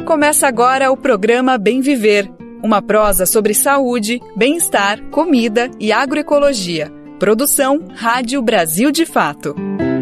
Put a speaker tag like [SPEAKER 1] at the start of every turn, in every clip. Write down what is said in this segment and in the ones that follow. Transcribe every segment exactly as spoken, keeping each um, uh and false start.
[SPEAKER 1] Começa agora o programa Bem Viver, uma prosa sobre saúde, bem-estar, comida e agroecologia. Produção Rádio Brasil de Fato.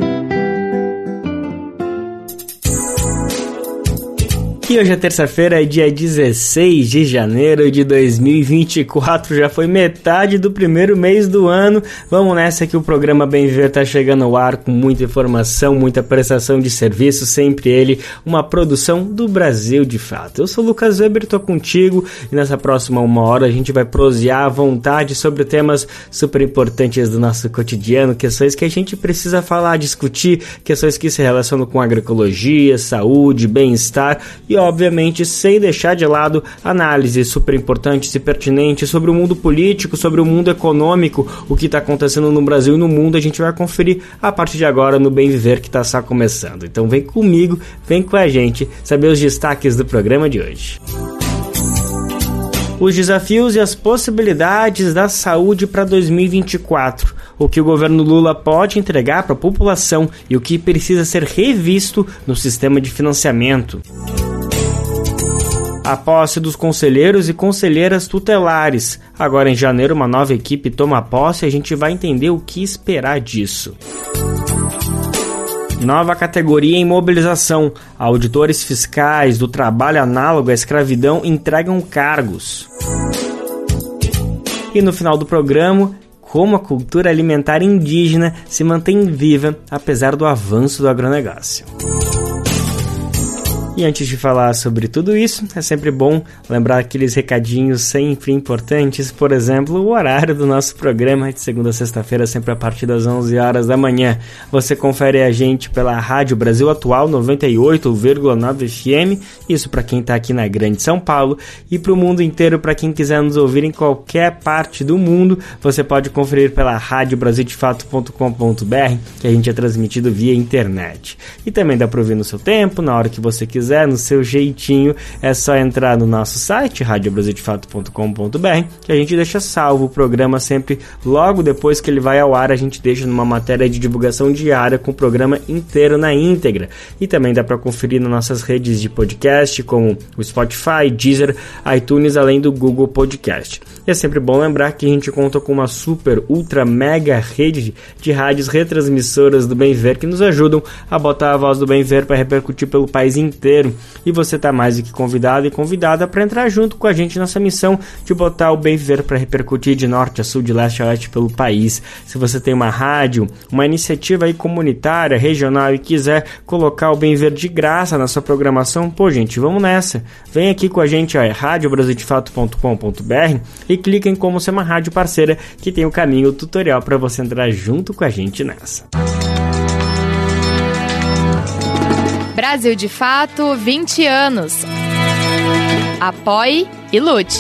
[SPEAKER 2] E hoje é terça-feira, é dia dezesseis de janeiro de dois mil e vinte e quatro, já foi metade do primeiro mês do ano. Vamos nessa que o programa Bem Viver tá chegando ao ar com muita informação, muita prestação de serviço, sempre ele, uma produção do Brasil de Fato. Eu sou o Lucas Weber, tô contigo e nessa próxima uma hora a gente vai prosear à vontade sobre temas super importantes do nosso cotidiano, questões que a gente precisa falar, discutir, questões que se relacionam com agroecologia, saúde, bem-estar e obviamente sem deixar de lado análises super importantes e pertinentes sobre o mundo político, sobre o mundo econômico, o que está acontecendo no Brasil e no mundo. A gente vai conferir a partir de agora no Bem Viver, que está só começando. Então vem comigo, vem com a gente saber os destaques do programa de hoje. Os desafios e as possibilidades da saúde para dois mil e vinte e quatro. O que o governo Lula pode entregar para a população e o que precisa ser revisto no sistema de financiamento. A posse dos conselheiros e conselheiras tutelares. Agora em janeiro uma nova equipe toma posse e a gente vai entender o que esperar disso. Nova categoria em mobilização. Auditores fiscais do trabalho análogo à escravidão entregam cargos. E no final do programa, como a cultura alimentar indígena se mantém viva apesar do avanço do agronegócio. E antes de falar sobre tudo isso, é sempre bom lembrar aqueles recadinhos sempre importantes, por exemplo, o horário do nosso programa de segunda a sexta-feira, sempre a partir das onze horas da manhã. Você confere a gente pela Rádio Brasil Atual noventa e oito vírgula nove F M, isso para quem está aqui na Grande São Paulo, e para o mundo inteiro, para quem quiser nos ouvir em qualquer parte do mundo, você pode conferir pela rádio brasil de fato ponto com ponto b r, que a gente é transmitido via internet. E também dá para ouvir no seu tempo, na hora que você quiser, no seu jeitinho, é só entrar no nosso site, rádio brasil de fato ponto com ponto b r, que a gente deixa salvo o programa sempre logo depois que ele vai ao ar. A gente deixa numa matéria de divulgação diária com o programa inteiro na íntegra. E também dá para conferir nas nossas redes de podcast, como o Spotify, Deezer, iTunes, além do Google Podcast. E é sempre bom lembrar que a gente conta com uma super, ultra, mega rede de rádios retransmissoras do Bem Viver que nos ajudam a botar a voz do Bem Viver para repercutir pelo país inteiro. E você está mais do que convidado e convidada para entrar junto com a gente nessa missão de botar o Bem Viver para repercutir de norte a sul, de leste a oeste pelo país. Se você tem uma rádio, uma iniciativa aí comunitária, regional e quiser colocar o Bem Viver de graça na sua programação, pô gente, vamos nessa. Vem aqui com a gente, ó, é rádio brasil de fato ponto com ponto b r e clica em como ser uma rádio parceira, que tem o caminho, o tutorial para você entrar junto com a gente nessa.
[SPEAKER 3] Brasil de Fato, vinte anos. Apoie e lute.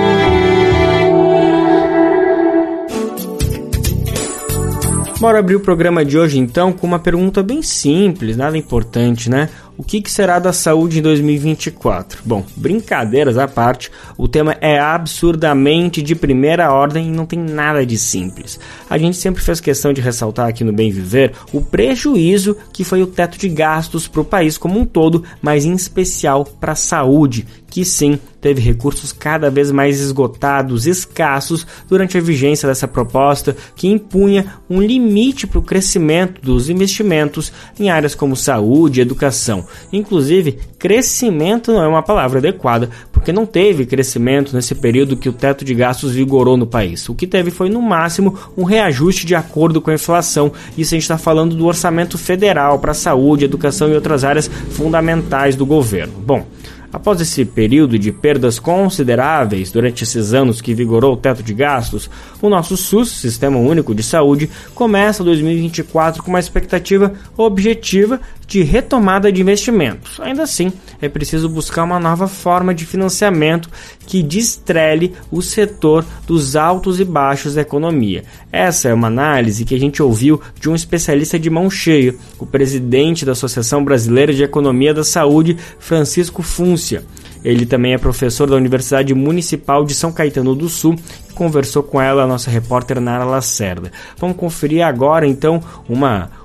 [SPEAKER 2] Bora abrir o programa de hoje então com uma pergunta bem simples, nada importante, né? O que, que será da saúde em dois mil e vinte e quatro? Bom, brincadeiras à parte, o tema é absurdamente de primeira ordem e não tem nada de simples. A gente sempre fez questão de ressaltar aqui no Bem Viver o prejuízo que foi o teto de gastos para o país como um todo, mas em especial para a saúde, que sim, teve recursos cada vez mais esgotados, escassos, durante a vigência dessa proposta que impunha um limite para o crescimento dos investimentos em áreas como saúde e educação. Inclusive, crescimento não é uma palavra adequada, porque não teve crescimento nesse período que o teto de gastos vigorou no país. O que teve foi, no máximo, um reajuste de acordo com a inflação. Isso a gente está falando do orçamento federal para a saúde, educação e outras áreas fundamentais do governo. Bom, após esse período de perdas consideráveis durante esses anos que vigorou o teto de gastos, o nosso SUS, Sistema Único de Saúde, começa dois mil e vinte e quatro com uma expectativa objetiva de retomada de investimentos. Ainda assim, é preciso buscar uma nova forma de financiamento que destrele o setor dos altos e baixos da economia. Essa é uma análise que a gente ouviu de um especialista de mão cheia, o presidente da Associação Brasileira de Economia da Saúde, Francisco Fúncia. Ele também é professor da Universidade Municipal de São Caetano do Sul e conversou com ela a nossa repórter Nara Lacerda. Vamos conferir agora, então, uma...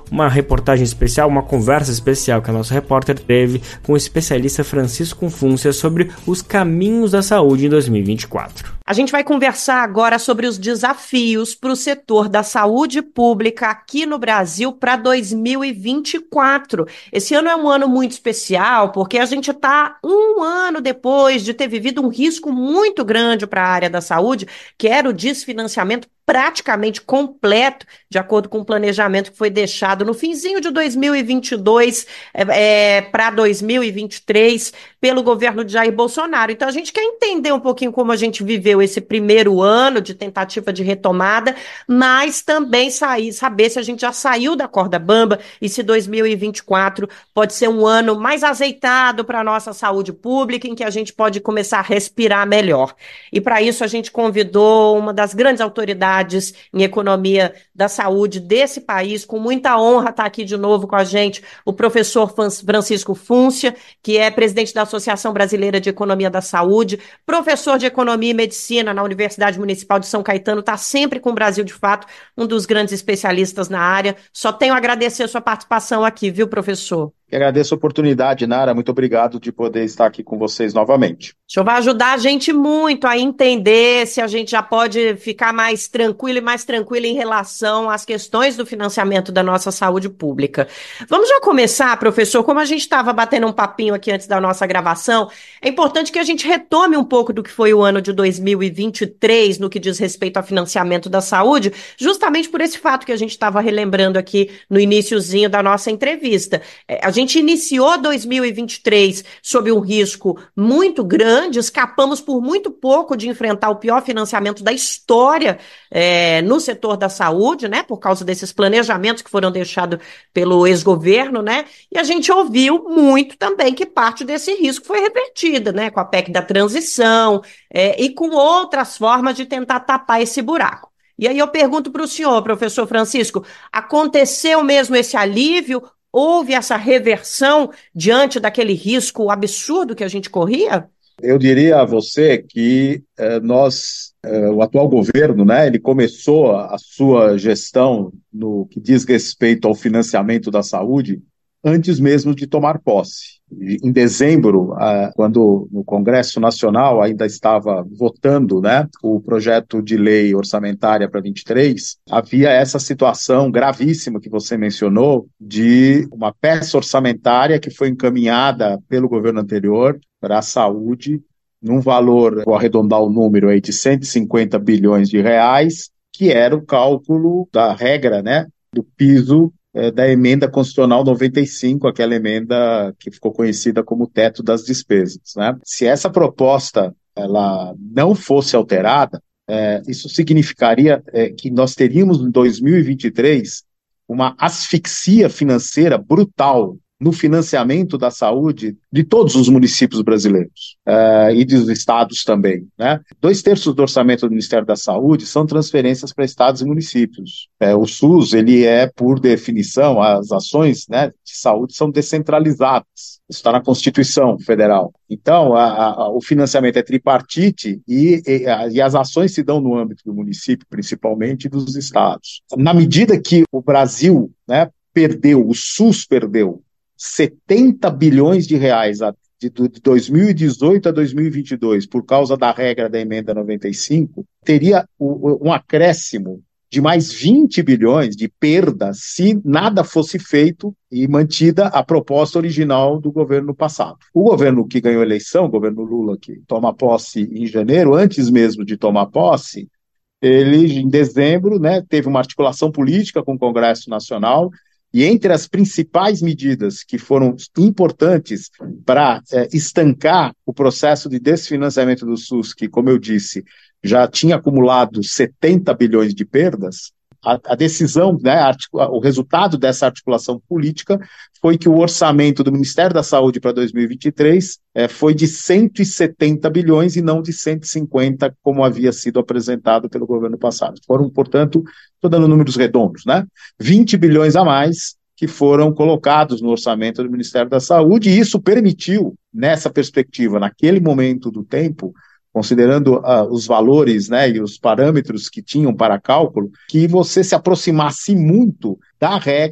[SPEAKER 2] uma reportagem especial, uma conversa especial que a nossa repórter teve com o especialista Francisco Fúncia sobre os caminhos da saúde em dois mil e vinte e quatro.
[SPEAKER 4] A gente vai conversar agora sobre os desafios para o setor da saúde pública aqui no Brasil para dois mil e vinte e quatro. Esse ano é um ano muito especial porque a gente está um ano depois de ter vivido um risco muito grande para a área da saúde, que era o desfinanciamento praticamente completo, de acordo com o planejamento que foi deixado no finzinho de dois mil e vinte e dois é, é, para dois mil e vinte e três pelo governo de Jair Bolsonaro. Então a gente quer entender um pouquinho como a gente viveu esse primeiro ano de tentativa de retomada, mas também sair, saber se a gente já saiu da corda bamba e se dois mil e vinte e quatro pode ser um ano mais azeitado para a nossa saúde pública, em que a gente pode começar a respirar melhor. E para isso a gente convidou uma das grandes autoridades em economia da saúde desse país, com muita honra estar aqui de novo com a gente, o professor Francisco Fúncia, que é presidente da Associação Brasileira de Economia da Saúde, professor de Economia e Medicina na Universidade Municipal de São Caetano, está sempre com o Brasil de Fato, um dos grandes especialistas na área. Só tenho a agradecer a sua participação aqui, viu, professor?
[SPEAKER 5] Eu agradeço a oportunidade, Nara, muito obrigado de poder estar aqui com vocês novamente.
[SPEAKER 4] O senhor vai ajudar a gente muito a entender se a gente já pode ficar mais tranquilo e mais tranquila em relação às questões do financiamento da nossa saúde pública. Vamos já começar, professor, como a gente estava batendo um papinho aqui antes da nossa gravação, é importante que a gente retome um pouco do que foi o ano de dois mil e vinte e três no que diz respeito ao financiamento da saúde, justamente por esse fato que a gente estava relembrando aqui no iniciozinho da nossa entrevista. É, a gente A gente iniciou dois mil e vinte e três sob um risco muito grande, escapamos por muito pouco de enfrentar o pior financiamento da história é, no setor da saúde, né, por causa desses planejamentos que foram deixados pelo ex-governo, né, e a gente ouviu muito também que parte desse risco foi revertida, né, com a P E C da transição é, e com outras formas de tentar tapar esse buraco. E aí eu pergunto para o senhor, professor Francisco, aconteceu mesmo esse alívio? Houve essa reversão diante daquele risco absurdo que a gente corria?
[SPEAKER 5] Eu diria a você que eh, nós, eh, o atual governo, né, ele começou a sua gestão no que diz respeito ao financiamento da saúde antes mesmo de tomar posse. Em dezembro, quando no Congresso Nacional ainda estava votando, né, o projeto de lei orçamentária para vinte e três, havia essa situação gravíssima que você mencionou de uma peça orçamentária que foi encaminhada pelo governo anterior para a saúde num valor, vou arredondar o número aí, de cento e cinquenta bilhões de reais, que era o cálculo da regra, né, do piso da emenda constitucional noventa e cinco, aquela emenda que ficou conhecida como teto das despesas, né? Se essa proposta ela não fosse alterada, é, isso significaria é, que nós teríamos em dois mil e vinte e três uma asfixia financeira brutal no financiamento da saúde de todos os municípios brasileiros uh, e dos estados também, né? Dois terços do orçamento do Ministério da Saúde são transferências para estados e municípios. Uh, o SUS, ele é, por definição, as ações, né, de saúde são descentralizadas. Isso está na Constituição Federal. Então, a, a, o financiamento é tripartite e, e, a, e as ações se dão no âmbito do município, principalmente dos estados. Na medida que o Brasil, né, perdeu, o SUS perdeu setenta bilhões de reais de dois mil e dezoito a dois mil e vinte e dois, por causa da regra da emenda noventa e cinco, teria um acréscimo de mais vinte bilhões de perda se nada fosse feito e mantida a proposta original do governo passado. O governo que ganhou a eleição, o governo Lula, que toma posse em janeiro, antes mesmo de tomar posse, ele, em dezembro, né, teve uma articulação política com o Congresso Nacional. E entre as principais medidas que foram importantes para é, estancar o processo de desfinanciamento do SUS, que, como eu disse, já tinha acumulado setenta bilhões de perdas, a, a decisão, né, a o resultado dessa articulação política foi que o orçamento do Ministério da Saúde para dois mil e vinte e três é, foi de cento e setenta bilhões e não de cento e cinquenta, como havia sido apresentado pelo governo passado. Foram, portanto, estou dando números redondos, né? vinte bilhões a mais que foram colocados no orçamento do Ministério da Saúde, e isso permitiu, nessa perspectiva, naquele momento do tempo, considerando uh, os valores, né, e os parâmetros que tinham para cálculo, que você se aproximasse muito da regra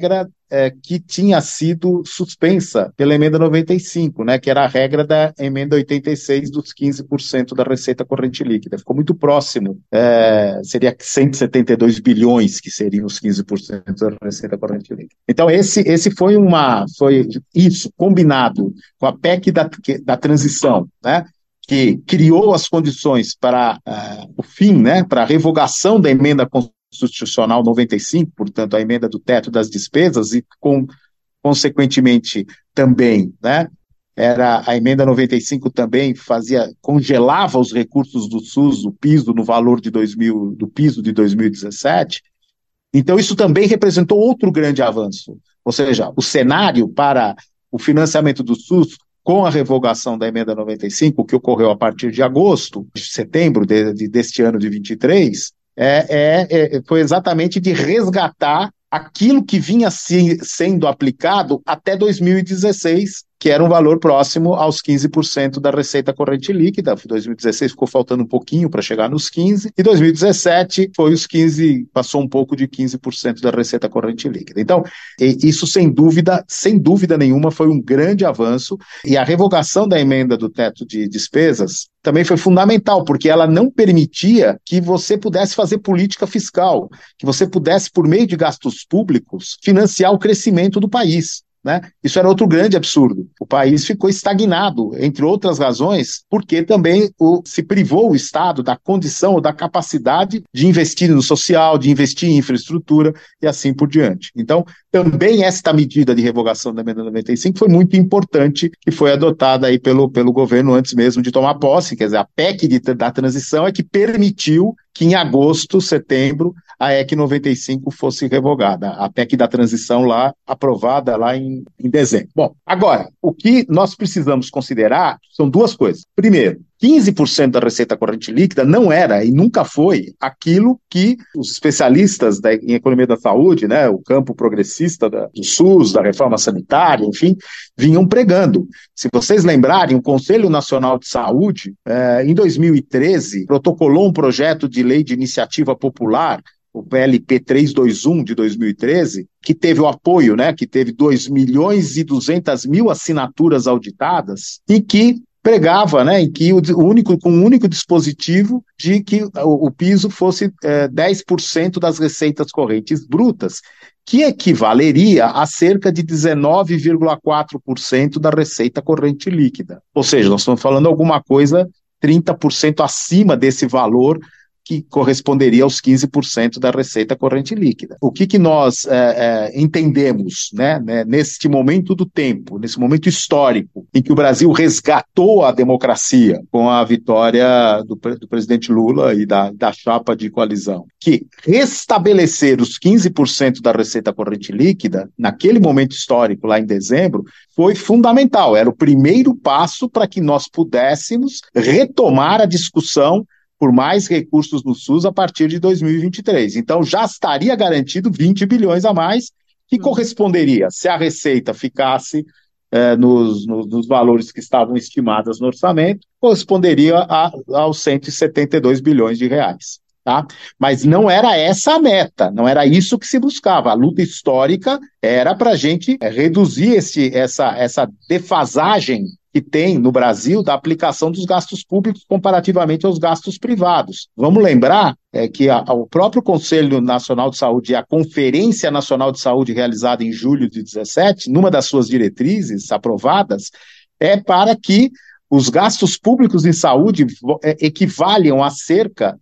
[SPEAKER 5] é, que tinha sido suspensa pela emenda noventa e cinco, né, que era a regra da emenda oitenta e seis dos quinze por cento da receita corrente líquida. Ficou muito próximo, é, seria cento e setenta e dois bilhões que seriam os quinze por cento da receita corrente líquida. Então esse, esse foi uma, foi isso, combinado com a P E C da, da transição, né, que criou as condições para uh, o fim, né, para a revogação da emenda constitucional noventa e cinco, portanto, a emenda do teto das despesas, e, com, consequentemente, também, né, era, a emenda noventa e cinco também fazia, congelava os recursos do SUS, do piso, no valor de dois mil, do piso de dois mil e dezessete. Então, isso também representou outro grande avanço, ou seja, o cenário para o financiamento do SUS com a revogação da emenda noventa e cinco, que ocorreu a partir de agosto, de setembro de, de, deste ano de vinte e três, é, é, é, foi exatamente de resgatar aquilo que vinha se, sendo aplicado até dois mil e dezesseis, que era um valor próximo aos quinze por cento da receita corrente líquida. dois mil e dezesseis ficou faltando um pouquinho para chegar nos quinze por cento, e dois mil e dezessete foi os quinze, passou um pouco de quinze por cento da receita corrente líquida. Então, isso sem dúvida, sem dúvida nenhuma, foi um grande avanço, e a revogação da emenda do teto de despesas também foi fundamental, porque ela não permitia que você pudesse fazer política fiscal, que você pudesse, por meio de gastos públicos, financiar o crescimento do país. Né? Isso era outro grande absurdo. O país ficou estagnado, entre outras razões, porque também o, se privou o Estado da condição ou da capacidade de investir no social, de investir em infraestrutura e assim por diante. Então, também esta medida de revogação da emenda noventa e cinco foi muito importante, que foi adotada aí pelo, pelo governo antes mesmo de tomar posse. Quer dizer, a P E C de, da transição é que permitiu que em agosto, setembro, a E C noventa e cinco fosse revogada, a P E C da transição lá, aprovada lá em, em dezembro. Bom, agora, o que nós precisamos considerar são duas coisas. Primeiro, quinze por cento da receita corrente líquida não era e nunca foi aquilo que os especialistas da, em economia da saúde, né, o campo progressista da, do SUS, da reforma sanitária, enfim, vinham pregando. Se vocês lembrarem, o Conselho Nacional de Saúde, eh, em dois mil e treze, protocolou um projeto de lei de iniciativa popular, o P L P trezentos e vinte e um de dois mil e treze, que teve o apoio, né, que teve dois milhões e duzentas mil assinaturas auditadas, e que pregava, né, em que o único, com um único dispositivo de que o, o piso fosse é, dez por cento das receitas correntes brutas, que equivaleria a cerca de dezenove vírgula quatro por cento da receita corrente líquida. Ou seja, nós estamos falando alguma coisa trinta por cento acima desse valor, que corresponderia aos quinze por cento da receita corrente líquida. O que, que nós é, é, entendemos, né, né, neste momento do tempo, nesse momento histórico, em que o Brasil resgatou a democracia com a vitória do, do presidente Lula e da, da chapa de coalizão, que restabelecer os quinze por cento da receita corrente líquida, naquele momento histórico, lá em dezembro, foi fundamental. Era o primeiro passo para que nós pudéssemos retomar a discussão por mais recursos no SUS a partir de dois mil e vinte e três. Então, já estaria garantido vinte bilhões a mais, que hum. corresponderia, se a receita ficasse eh, nos, nos, nos valores que estavam estimados no orçamento, corresponderia a, aos cento e setenta e dois bilhões de reais. Tá? Mas não era essa a meta, não era isso que se buscava. A luta histórica era para a gente reduzir esse, essa, essa defasagem que tem no Brasil da aplicação dos gastos públicos comparativamente aos gastos privados. Vamos lembrar é, que a, a, o próprio Conselho Nacional de Saúde e a Conferência Nacional de Saúde, realizada em julho de dezessete, numa das suas diretrizes aprovadas, é para que os gastos públicos em saúde equivalham a cerca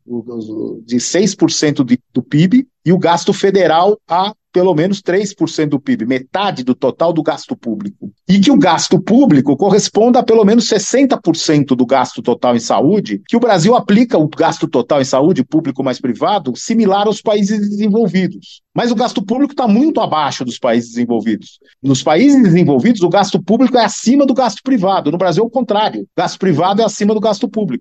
[SPEAKER 5] de seis por cento do P I B e o gasto federal a pelo menos três por cento do P I B, metade do total do gasto público. E que o gasto público corresponda a pelo menos sessenta por cento do gasto total em saúde, que o Brasil aplica o gasto total em saúde, público mais privado, similar aos países desenvolvidos. Mas o gasto público está muito abaixo dos países desenvolvidos. Nos países desenvolvidos, o gasto público é acima do gasto privado. No Brasil, é o contrário. O gasto privado é acima do gasto público.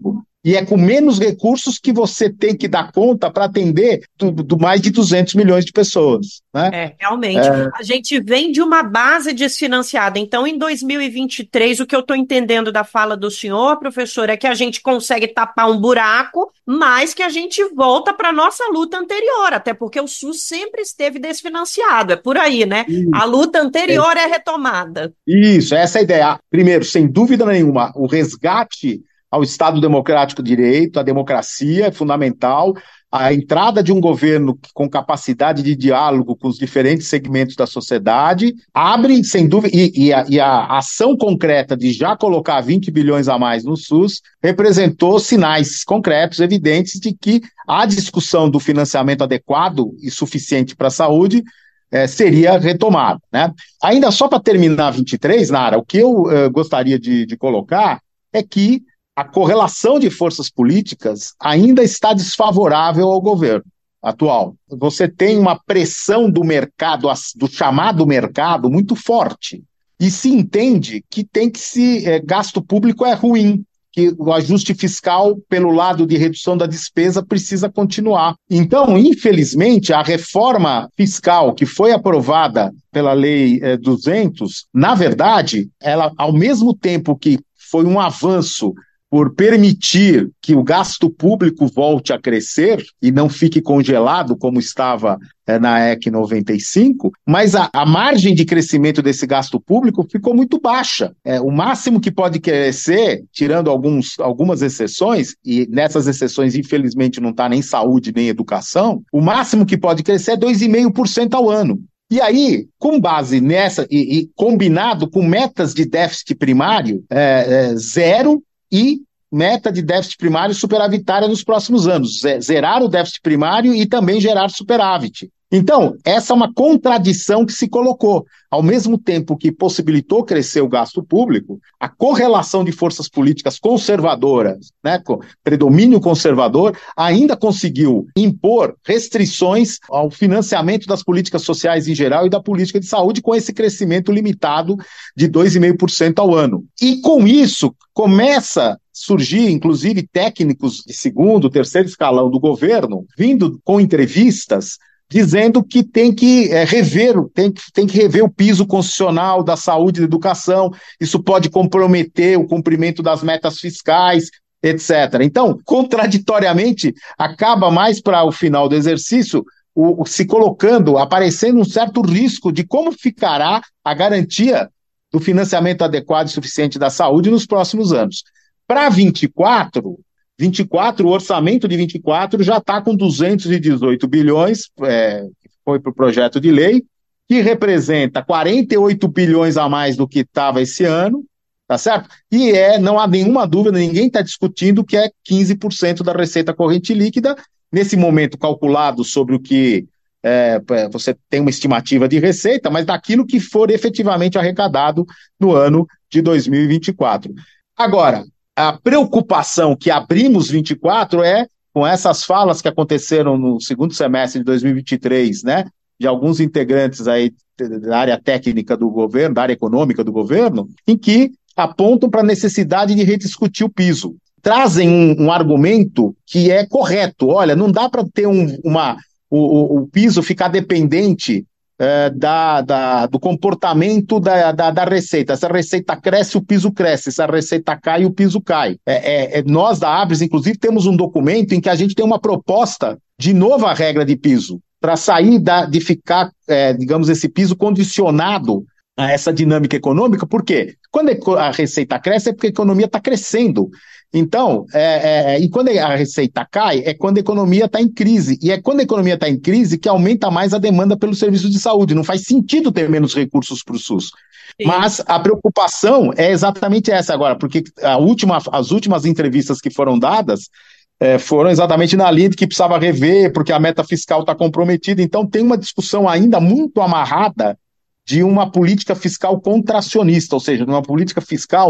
[SPEAKER 5] E é com menos recursos que você tem que dar conta para atender do, do mais de duzentos milhões de pessoas, né?
[SPEAKER 4] É, realmente. É. A gente vem de uma base desfinanciada. Então, em dois mil e vinte e três, o que eu estou entendendo da fala do senhor, professor, é que a gente consegue tapar um buraco, mas que a gente volta para a nossa luta anterior, até porque o SUS sempre esteve desfinanciado. É por aí, né? Isso. A luta anterior é. é retomada.
[SPEAKER 5] Isso, essa é a ideia. Primeiro, sem dúvida nenhuma, o resgate ao Estado Democrático de Direito, a democracia é fundamental, a entrada de um governo com capacidade de diálogo com os diferentes segmentos da sociedade, abre, sem dúvida, e, e, a, e a ação concreta de já colocar vinte bilhões a mais no SUS representou sinais concretos, evidentes, de que a discussão do financiamento adequado e suficiente para a saúde é, seria retomada, né? Ainda só para terminar vinte e três, Nara, o que eu uh, gostaria de, de colocar é que a correlação de forças políticas ainda está desfavorável ao governo atual. Você tem uma pressão do mercado, do chamado mercado, muito forte. E se entende que tem que se é, gasto público é ruim, que o ajuste fiscal pelo lado de redução da despesa precisa continuar. Então, infelizmente, a reforma fiscal que foi aprovada pela Lei é, duzentos, na verdade, ela, ao mesmo tempo que foi um avanço por permitir que o gasto público volte a crescer e não fique congelado como estava é, na E C noventa e cinco, mas a, a margem de crescimento desse gasto público ficou muito baixa. É, o máximo que pode crescer, tirando alguns, algumas exceções, e nessas exceções, infelizmente, não está nem saúde nem educação, o máximo que pode crescer é dois vírgula cinco por cento ao ano. E aí, com base nessa, e, e combinado com metas de déficit primário, é, é, zero, e meta de déficit primário superavitária nos próximos anos, zerar o déficit primário e também gerar superávit. Então, essa é uma contradição que se colocou. Ao mesmo tempo que possibilitou crescer o gasto público, a correlação de forças políticas conservadoras, né, com predomínio conservador, ainda conseguiu impor restrições ao financiamento das políticas sociais em geral e da política de saúde, com esse crescimento limitado de dois vírgula cinco por cento ao ano. E com isso, começa a surgir, inclusive, técnicos de segundo, terceiro escalão do governo, vindo com entrevistas, dizendo que tem que é, rever, tem, tem que rever o piso constitucional da saúde e da educação, isso pode comprometer o cumprimento das metas fiscais, etcétera. Então, contraditoriamente, acaba mais para o final do exercício o, o, se colocando, aparecendo um certo risco de como ficará a garantia do financiamento adequado e suficiente da saúde nos próximos anos. Para vinte e quatro, vinte e quatro, o orçamento de vinte e quatro já está com duzentos e dezoito bilhões, é, que foi para o projeto de lei, que representa quarenta e oito bilhões a mais do que estava esse ano, tá certo? E é, não há nenhuma dúvida, ninguém está discutindo que é quinze por cento da receita corrente líquida, nesse momento calculado sobre o que é, você tem uma estimativa de receita, mas daquilo que for efetivamente arrecadado no ano de dois mil e vinte e quatro. Agora, a preocupação que abrimos vinte e quatro é com essas falas que aconteceram no segundo semestre de dois mil e vinte e três, né, de alguns integrantes aí da área técnica do governo, da área econômica do governo, em que apontam para a necessidade de rediscutir o piso. Trazem um, um argumento que é correto. Olha, não dá para ter um, uma, o, o, o piso ficar dependente É, da, da, do comportamento da, da, da receita. Se a receita cresce, o piso cresce. Se a receita cai, o piso cai. É, é, é, nós da Abres, inclusive, temos um documento em que a gente tem uma proposta de nova regra de piso, para sair da, de ficar, é, digamos, esse piso condicionado a essa dinâmica econômica. Por quê? Quando a receita cresce, é porque a economia está crescendo. Então, é, é, e quando a receita cai, é quando a economia está em crise. E é quando a economia está em crise que aumenta mais a demanda pelo serviço de saúde. Não faz sentido ter menos recursos para o SUS. Sim. Mas a preocupação é exatamente essa agora, porque a última, as últimas entrevistas que foram dadas é, foram exatamente na linha de que precisava rever, porque a meta fiscal está comprometida. Então, tem uma discussão ainda muito amarrada de uma política fiscal contracionista, ou seja, de uma política fiscal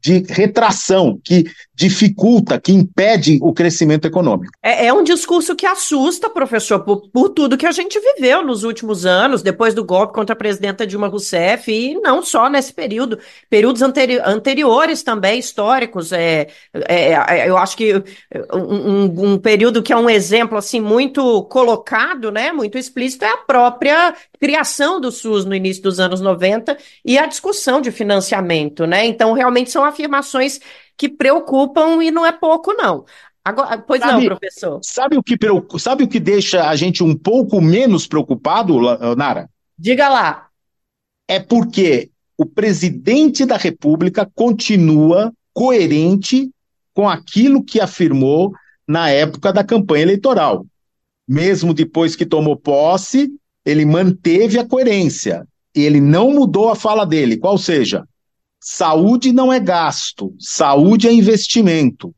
[SPEAKER 5] de retração, que dificulta, que impede o crescimento econômico.
[SPEAKER 4] É, é um discurso que assusta, professor, por, por tudo que a gente viveu nos últimos anos, depois do golpe contra a presidenta Dilma Rousseff, e não só nesse período, períodos anteri- anteriores também, históricos. É, é, eu acho que um, um período que é um exemplo assim, muito colocado, né, muito explícito, é a própria criação do SUS no início dos anos noventa e a discussão de financiamento, né? Então, realmente são afirmações que preocupam e não é pouco, não. Agora, pois sabe, não, professor.
[SPEAKER 5] Sabe o, que, sabe o que deixa a gente um pouco menos preocupado, Nara?
[SPEAKER 4] Diga lá.
[SPEAKER 5] É porque o presidente da República continua coerente com aquilo que afirmou na época da campanha eleitoral. Mesmo depois que tomou posse, ele manteve a coerência. Ele não mudou a fala dele, qual seja, saúde não é gasto, saúde é investimento.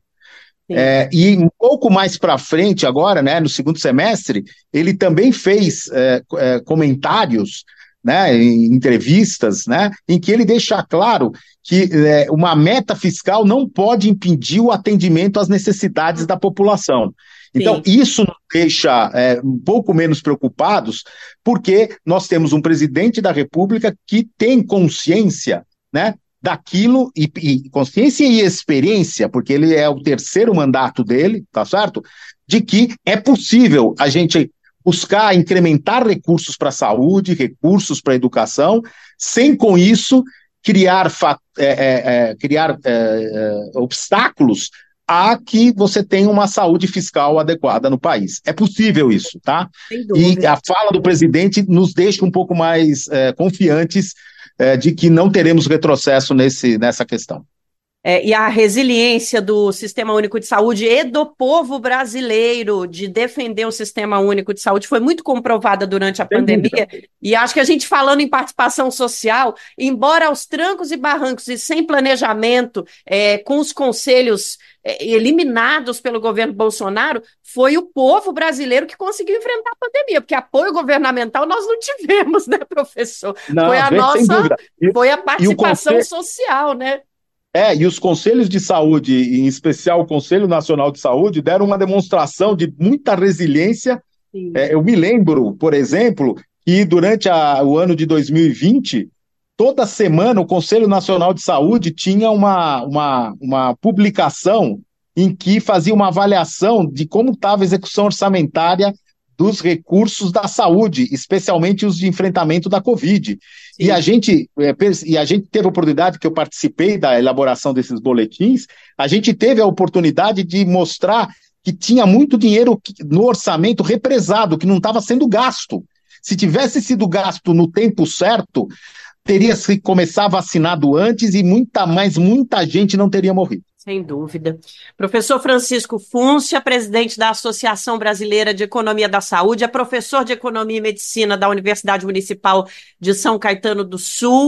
[SPEAKER 5] É, e um pouco mais para frente agora, né, no segundo semestre, ele também fez é, é, comentários, né, em entrevistas, né, em que ele deixa claro que é, uma meta fiscal não pode impedir o atendimento às necessidades da população. Então, Sim. isso nos deixa é, um pouco menos preocupados, porque nós temos um presidente da República que tem consciência, né, daquilo, e, e consciência e experiência, porque ele é o terceiro mandato dele, tá certo? De que é possível a gente buscar incrementar recursos para a saúde, recursos para a educação, sem com isso criar, é, é, criar é, é, obstáculos a que você tenha uma saúde fiscal adequada no país. É possível isso, tá? E a fala do presidente nos deixa um pouco mais é, confiantes é, de que não teremos retrocesso nesse, nessa questão.
[SPEAKER 4] É, e a resiliência do Sistema Único de Saúde e do povo brasileiro de defender o Sistema Único de Saúde foi muito comprovada durante a Sem pandemia. Dúvida. E acho que a gente, falando em participação social, embora aos trancos e barrancos e sem planejamento, é, com os conselhos é, eliminados pelo governo Bolsonaro, foi o povo brasileiro que conseguiu enfrentar a pandemia, porque apoio governamental nós não tivemos, né, professor?
[SPEAKER 5] Não,
[SPEAKER 4] foi a
[SPEAKER 5] sem
[SPEAKER 4] nossa,
[SPEAKER 5] dúvida. E,
[SPEAKER 4] foi a participação
[SPEAKER 5] conselho... social,
[SPEAKER 4] né?
[SPEAKER 5] É, e os conselhos de saúde, em especial o Conselho Nacional de Saúde, deram uma demonstração de muita resiliência. É, eu me lembro, por exemplo, que durante a, o ano de dois mil e vinte, toda semana o Conselho Nacional de Saúde tinha uma, uma, uma publicação em que fazia uma avaliação de como estava a execução orçamentária dos recursos da saúde, especialmente os de enfrentamento da Covid. E a, gente, é, e a gente teve a oportunidade, que eu participei da elaboração desses boletins, a gente teve a oportunidade de mostrar que tinha muito dinheiro no orçamento represado, que não estava sendo gasto. Se tivesse sido gasto no tempo certo, teria se começar vacinado antes e muita, mas muita gente não teria morrido.
[SPEAKER 4] Sem dúvida. Professor Francisco Fúncia, presidente da Associação Brasileira de Economia da Saúde, é professor de Economia e Medicina da Universidade Municipal de São Caetano do Sul,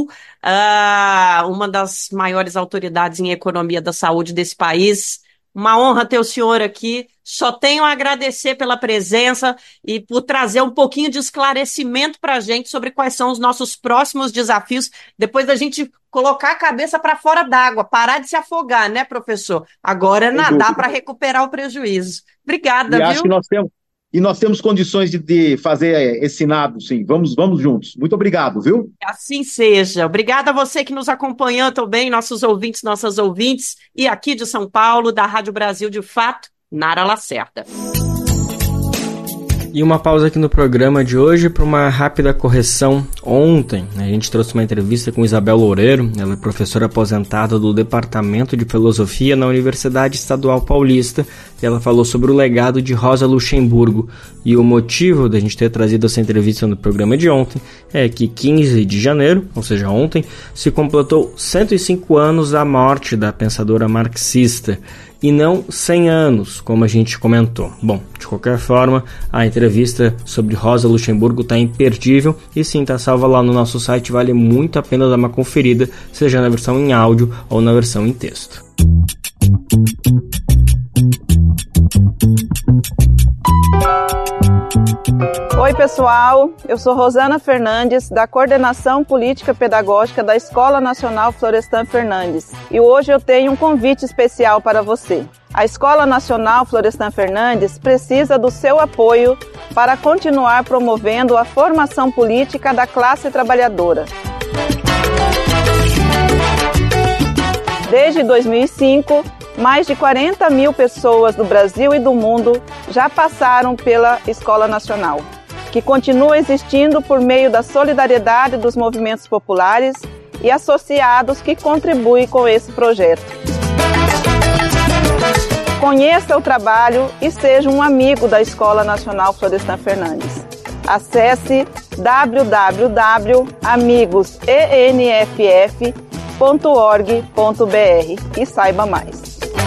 [SPEAKER 4] uh, uma das maiores autoridades em economia da saúde desse país. Uma honra ter o senhor aqui. Só tenho a agradecer pela presença e por trazer um pouquinho de esclarecimento para a gente sobre quais são os nossos próximos desafios, depois da gente colocar a cabeça para fora d'água, parar de se afogar, né, professor? Agora é nadar para recuperar o prejuízo. Obrigada,
[SPEAKER 5] e
[SPEAKER 4] viu?
[SPEAKER 5] Acho que nós temos, e nós temos condições de, de fazer esse nado, sim. Vamos, vamos juntos. Muito obrigado, viu?
[SPEAKER 4] Assim seja. Obrigada a você que nos acompanhou também, nossos ouvintes, nossas ouvintes, e aqui de São Paulo, da Rádio Brasil de Fato, Nara Lacerda.
[SPEAKER 2] E uma pausa aqui no programa de hoje para uma rápida correção. Ontem, a gente trouxe uma entrevista com Isabel Loureiro, ela é professora aposentada do Departamento de Filosofia na Universidade Estadual Paulista, e ela falou sobre o legado de Rosa Luxemburgo. E o motivo da gente ter trazido essa entrevista no programa de ontem é que quinze de janeiro, ou seja, ontem, se completou cento e cinco anos da morte da pensadora marxista, e não cem anos, como a gente comentou. Bom, de qualquer forma, a entrevista sobre Rosa Luxemburgo está imperdível e sim, está salva lá no nosso site, vale muito a pena dar uma conferida, seja na versão em áudio ou na versão em texto.
[SPEAKER 4] Oi,
[SPEAKER 6] pessoal, eu sou Rosana Fernandes, da Coordenação Política Pedagógica da Escola Nacional Florestan Fernandes. E hoje eu tenho um convite especial para você. A Escola Nacional Florestan Fernandes precisa do seu apoio para continuar promovendo a formação política da classe trabalhadora. Desde dois mil e cinco, mais de quarenta mil pessoas do Brasil e do mundo já passaram pela Escola Nacional, que continua existindo por meio da solidariedade dos movimentos populares e associados que contribuem com esse projeto. Conheça o trabalho e seja um amigo da Escola Nacional Florestan Fernandes. Acesse w w w ponto amigos e n f f ponto org ponto b r e saiba mais.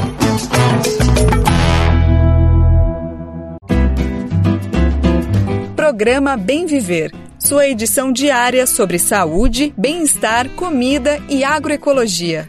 [SPEAKER 1] Programa Bem Viver, sua edição diária sobre saúde, bem-estar, comida e agroecologia.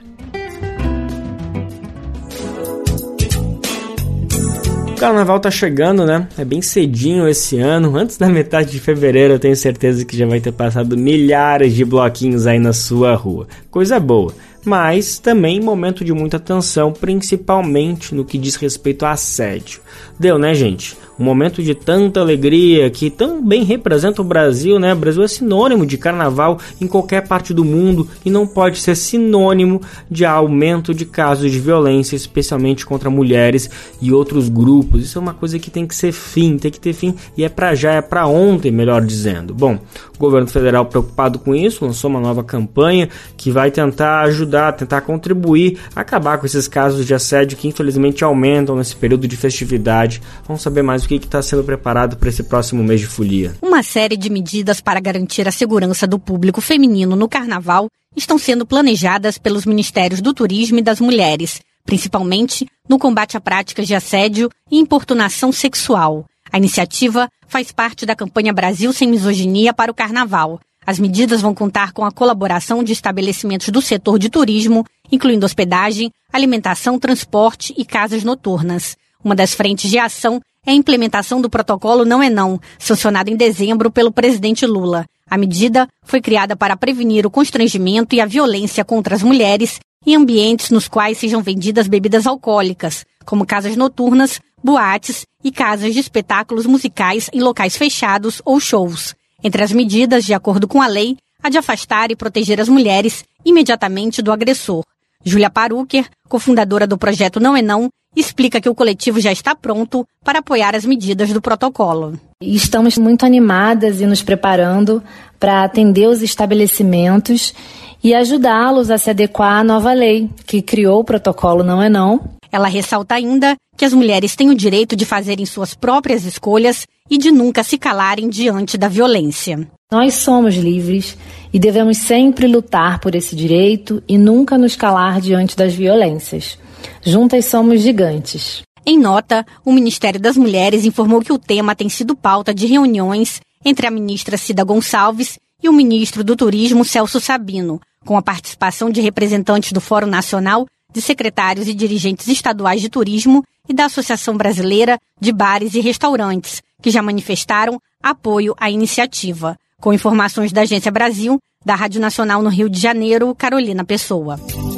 [SPEAKER 2] O carnaval tá chegando, né? É bem cedinho esse ano. Antes da metade de fevereiro, eu tenho certeza que já vai ter passado milhares de bloquinhos aí na sua rua. Coisa boa. Mas também momento de muita tensão, principalmente no que diz respeito a assédio. Deu, né, gente? Um momento de tanta alegria que tão bem representa o Brasil, né? O Brasil é sinônimo de carnaval em qualquer parte do mundo e não pode ser sinônimo de aumento de casos de violência, especialmente contra mulheres e outros grupos. Isso é uma coisa que tem que ser fim, tem que ter fim e é pra já, é pra ontem, melhor dizendo. Bom, o governo federal preocupado com isso lançou uma nova campanha que vai tentar ajudar, tentar contribuir, acabar com esses casos de assédio que infelizmente aumentam nesse período de festividade. Vamos saber mais o que está sendo preparado para esse próximo mês de folia.
[SPEAKER 7] Uma série de medidas para garantir a segurança do público feminino no carnaval estão sendo planejadas pelos Ministérios do Turismo e das Mulheres, principalmente no combate a práticas de assédio e importunação sexual. A iniciativa faz parte da campanha Brasil Sem Misoginia para o Carnaval. As medidas vão contar com a colaboração de estabelecimentos do setor de turismo, incluindo hospedagem, alimentação, transporte e casas noturnas. Uma das frentes de ação é a implementação do protocolo Não é Não, sancionado em dezembro pelo presidente Lula. A medida foi criada para prevenir o constrangimento e a violência contra as mulheres em ambientes nos quais sejam vendidas bebidas alcoólicas, como casas noturnas, boates e casas de espetáculos musicais em locais fechados ou shows. Entre as medidas, de acordo com a lei, a de afastar e proteger as mulheres imediatamente do agressor. Júlia Parucker, cofundadora do projeto Não é Não, explica que o coletivo já está pronto para apoiar as medidas do protocolo.
[SPEAKER 8] Estamos muito animadas e nos preparando para atender os estabelecimentos e ajudá-los a se adequar à nova lei que criou o protocolo Não é Não.
[SPEAKER 7] Ela ressalta ainda que as mulheres têm o direito de fazerem suas próprias escolhas e de nunca se calarem diante da violência.
[SPEAKER 8] Nós somos livres e devemos sempre lutar por esse direito e nunca nos calar diante das violências. Juntas somos gigantes.
[SPEAKER 7] Em nota, o Ministério das Mulheres informou que o tema tem sido pauta de reuniões entre a ministra Cida Gonçalves e o ministro do Turismo, Celso Sabino, com a participação de representantes do Fórum Nacional de Secretários e Dirigentes Estaduais de Turismo e da Associação Brasileira de Bares e Restaurantes, que já manifestaram apoio à iniciativa. Com informações da Agência Brasil, da Rádio Nacional no Rio de Janeiro, Carolina Pessoa.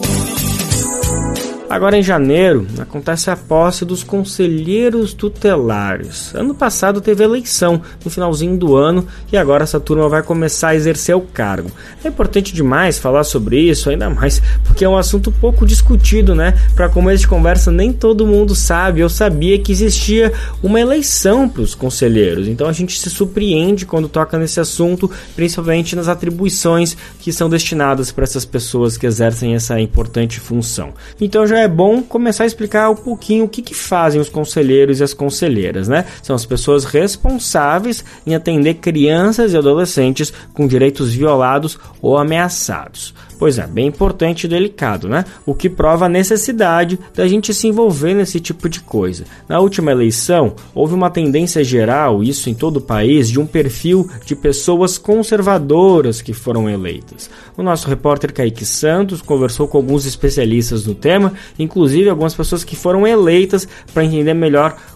[SPEAKER 2] Agora em janeiro, acontece a posse dos conselheiros tutelares. Ano passado teve eleição no finalzinho do ano e agora essa turma vai começar a exercer o cargo. É importante demais falar sobre isso, ainda mais porque é um assunto pouco discutido, né? Para começo de conversa, nem todo mundo sabe ou sabia que existia uma eleição para os conselheiros. Então a gente se surpreende quando toca nesse assunto, principalmente nas atribuições que são destinadas para essas pessoas que exercem essa importante função. Então já é bom começar a explicar um pouquinho o que, que fazem os conselheiros e as conselheiras, né? São as pessoas responsáveis em atender crianças e adolescentes com direitos violados ou ameaçados. Pois é, bem importante e delicado, né? O que prova a necessidade da gente se envolver nesse tipo de coisa. Na última eleição, houve uma tendência geral, isso em todo o país, de um perfil de pessoas conservadoras que foram eleitas. O nosso repórter Kaique Santos conversou com alguns especialistas no tema, inclusive algumas pessoas que foram eleitas para entender melhor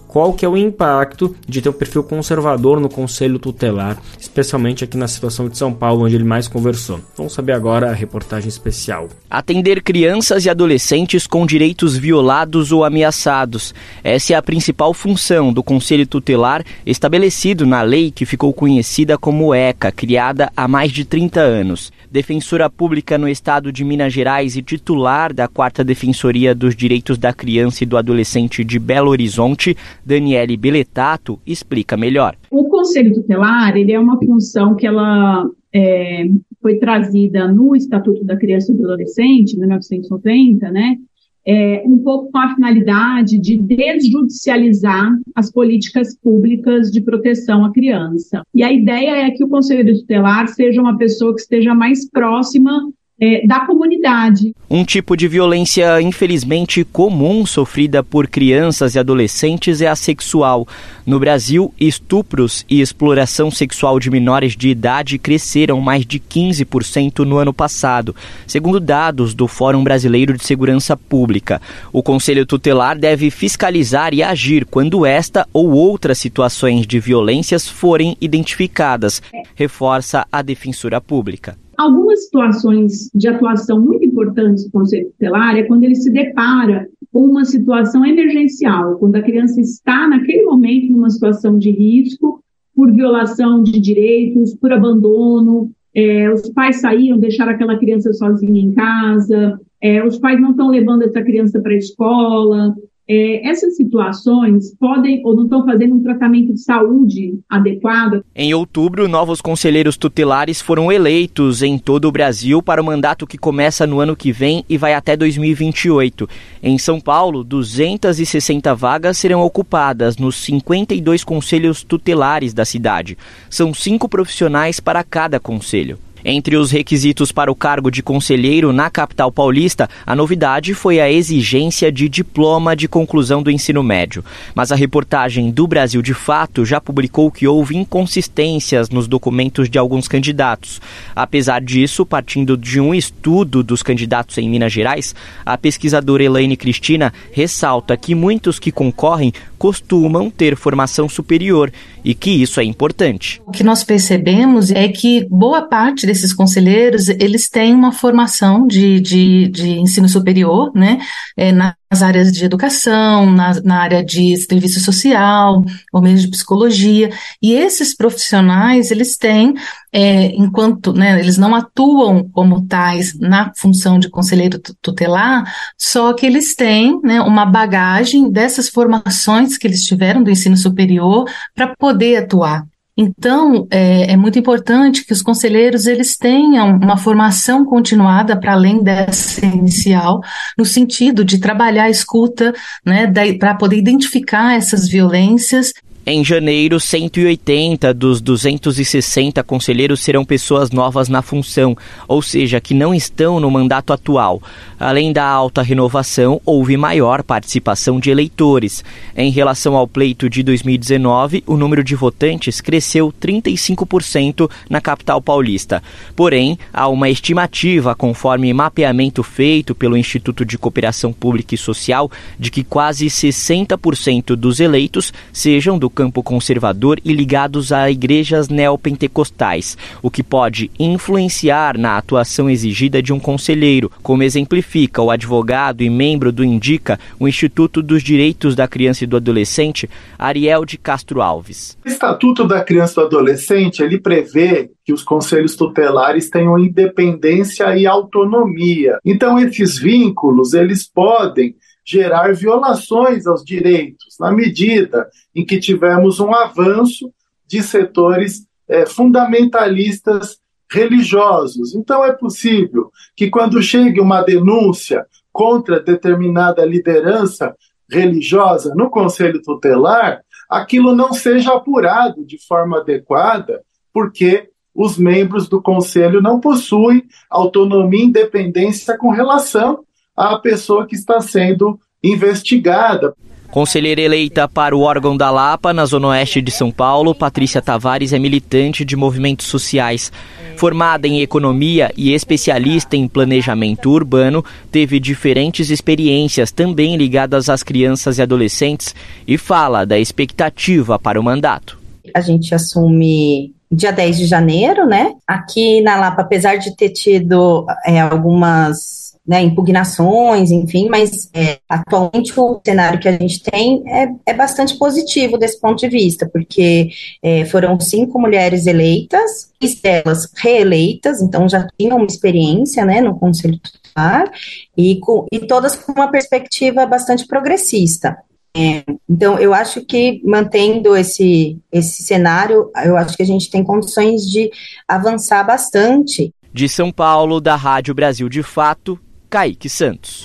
[SPEAKER 2] qual que é o impacto de ter um perfil conservador no Conselho Tutelar, especialmente aqui na situação de São Paulo, onde ele mais conversou. Vamos saber agora a reportagem especial.
[SPEAKER 9] Atender crianças e adolescentes com direitos violados ou ameaçados. Essa é a principal função do Conselho Tutelar, estabelecido na lei que ficou conhecida como ECA, criada há mais de trinta anos. Defensora pública no estado de Minas Gerais e titular da quarta Defensoria dos Direitos da Criança e do Adolescente de Belo Horizonte, Daniele Beletato, explica melhor.
[SPEAKER 10] O Conselho Tutelar, ele é uma função que ela é, foi trazida no Estatuto da Criança e do Adolescente, mil novecentos e noventa, né? É, um pouco com a finalidade de desjudicializar as políticas públicas de proteção à criança. E a ideia é que o conselheiro tutelar seja uma pessoa que esteja mais próxima É, da comunidade.
[SPEAKER 9] Um tipo de violência, infelizmente, comum sofrida por crianças e adolescentes é a sexual. No Brasil, estupros e exploração sexual de menores de idade cresceram mais de quinze por cento no ano passado, segundo dados do Fórum Brasileiro de Segurança Pública. O Conselho Tutelar deve fiscalizar e agir quando esta ou outras situações de violências forem identificadas, reforça a Defensora Pública.
[SPEAKER 10] Algumas situações de atuação muito importantes do Conselho Tutelar é quando ele se depara com uma situação emergencial, quando a criança está, naquele momento, numa situação de risco, por violação de direitos, por abandono, é, os pais saíram, deixaram aquela criança sozinha em casa, é, os pais não estão levando essa criança para a escola. É, essas situações podem ou não estão fazendo um tratamento de saúde adequado.
[SPEAKER 9] Em outubro, novos conselheiros tutelares foram eleitos em todo o Brasil para o mandato que começa no ano que vem e vai até dois mil e vinte e oito. Em São Paulo, duzentas e sessenta vagas serão ocupadas nos cinquenta e dois conselhos tutelares da cidade. São cinco profissionais para cada conselho. Entre os requisitos para o cargo de conselheiro na capital paulista, a novidade foi a exigência de diploma de conclusão do ensino médio. Mas a reportagem do Brasil de Fato já publicou que houve inconsistências nos documentos de alguns candidatos. Apesar disso, partindo de um estudo dos candidatos em Minas Gerais, a pesquisadora Elaine Cristina ressalta que muitos que concorrem costumam ter formação superior e que isso é importante.
[SPEAKER 11] O que nós percebemos é que boa parte desses conselheiros, eles têm uma formação de, de, de ensino superior, né, é, nas áreas de educação, na, na área de serviço social, ou mesmo de psicologia, e esses profissionais, eles têm, é, enquanto, né, eles não atuam como tais na função de conselheiro tutelar, só que eles têm, né, uma bagagem dessas formações que eles tiveram do ensino superior para poder atuar. Então, é, é muito importante que os conselheiros eles tenham uma formação continuada para além dessa inicial, no sentido de trabalhar a escuta, né, para poder identificar essas violências.
[SPEAKER 9] Em janeiro, cento e oitenta dos duzentos e sessenta conselheiros serão pessoas novas na função, ou seja, que não estão no mandato atual. Além da alta renovação, houve maior participação de eleitores. Em relação ao pleito de dois mil e dezenove, o número de votantes cresceu trinta e cinco por cento na capital paulista. Porém, há uma estimativa, conforme mapeamento feito pelo Instituto de Cooperação Pública e Social, de que quase sessenta por cento dos eleitos sejam do campo conservador e ligados a igrejas neopentecostais, o que pode influenciar na atuação exigida de um conselheiro, como exemplifica o advogado e membro do INDICA, o Instituto dos Direitos da Criança e do Adolescente, Ariel de Castro Alves.
[SPEAKER 12] O Estatuto da Criança e do Adolescente, ele prevê que os conselhos tutelares tenham independência e autonomia. Então, esses vínculos, eles podem gerar violações aos direitos, na medida em que tivermos um avanço de setores é, fundamentalistas religiosos. Então é possível que quando chegue uma denúncia contra determinada liderança religiosa no Conselho Tutelar, aquilo não seja apurado de forma adequada, porque os membros do Conselho não possuem autonomia e independência com relação à pessoa que está sendo investigada.
[SPEAKER 9] Conselheira eleita para o órgão da Lapa, na Zona Oeste de São Paulo, Patrícia Tavares é militante de movimentos sociais. Formada em economia e especialista em planejamento urbano, teve diferentes experiências também ligadas às crianças e adolescentes e fala da expectativa para o mandato.
[SPEAKER 13] A gente assume dia dez de janeiro, né? Aqui na Lapa, apesar de ter tido é, algumas... Né, impugnações, enfim, mas é, atualmente o cenário que a gente tem é, é bastante positivo desse ponto de vista, porque é, foram cinco mulheres eleitas, três delas reeleitas, então já tinham uma experiência, né, no Conselho Tutelar, e, com, e todas com uma perspectiva bastante progressista. É, então, eu acho que mantendo esse, esse cenário, eu acho que a gente tem condições de avançar bastante.
[SPEAKER 9] De São Paulo, da Rádio Brasil de Fato, Kaique Santos.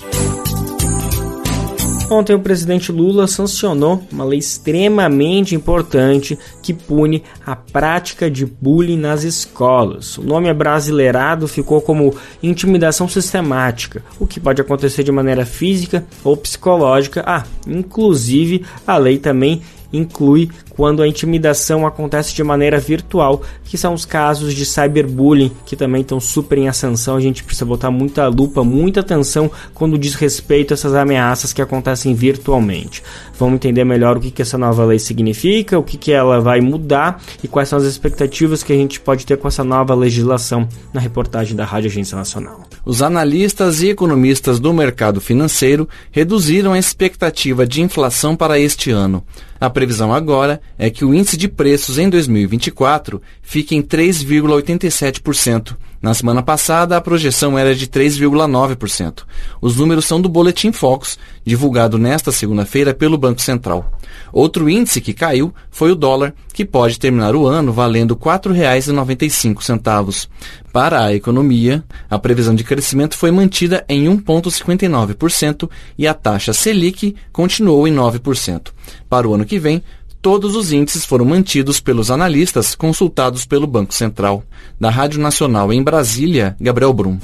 [SPEAKER 2] Ontem o presidente Lula sancionou uma lei extremamente importante que pune a prática de bullying nas escolas. O nome abrasileirado ficou como intimidação sistemática, o que pode acontecer de maneira física ou psicológica. Ah, inclusive a lei também inclui quando a intimidação acontece de maneira virtual, que são os casos de cyberbullying, que também estão super em ascensão. A gente precisa botar muita lupa, muita atenção quando diz respeito a essas ameaças que acontecem virtualmente. Vamos entender melhor o que, que essa nova lei significa, o que, que ela vai mudar e quais são as expectativas que a gente pode ter com essa nova legislação na reportagem da Rádio Agência Nacional.
[SPEAKER 14] Os analistas e economistas do mercado financeiro reduziram a expectativa de inflação para este ano. A previsão agora é que o índice de preços em dois mil e vinte e quatro fique em três vírgula oitenta e sete por cento. Na semana passada, a projeção era de três vírgula nove por cento. Os números são do Boletim Focus, divulgado nesta segunda-feira pelo Banco Central. Outro índice que caiu foi o dólar, que pode terminar o ano valendo quatro reais e noventa e cinco centavos. Para a economia, a previsão de crescimento foi mantida em um vírgula cinquenta e nove por cento e a taxa Selic continuou em nove por cento. Para o ano que vem, todos os índices foram mantidos pelos analistas consultados pelo Banco Central. Da Rádio Nacional em Brasília, Gabriel Brum.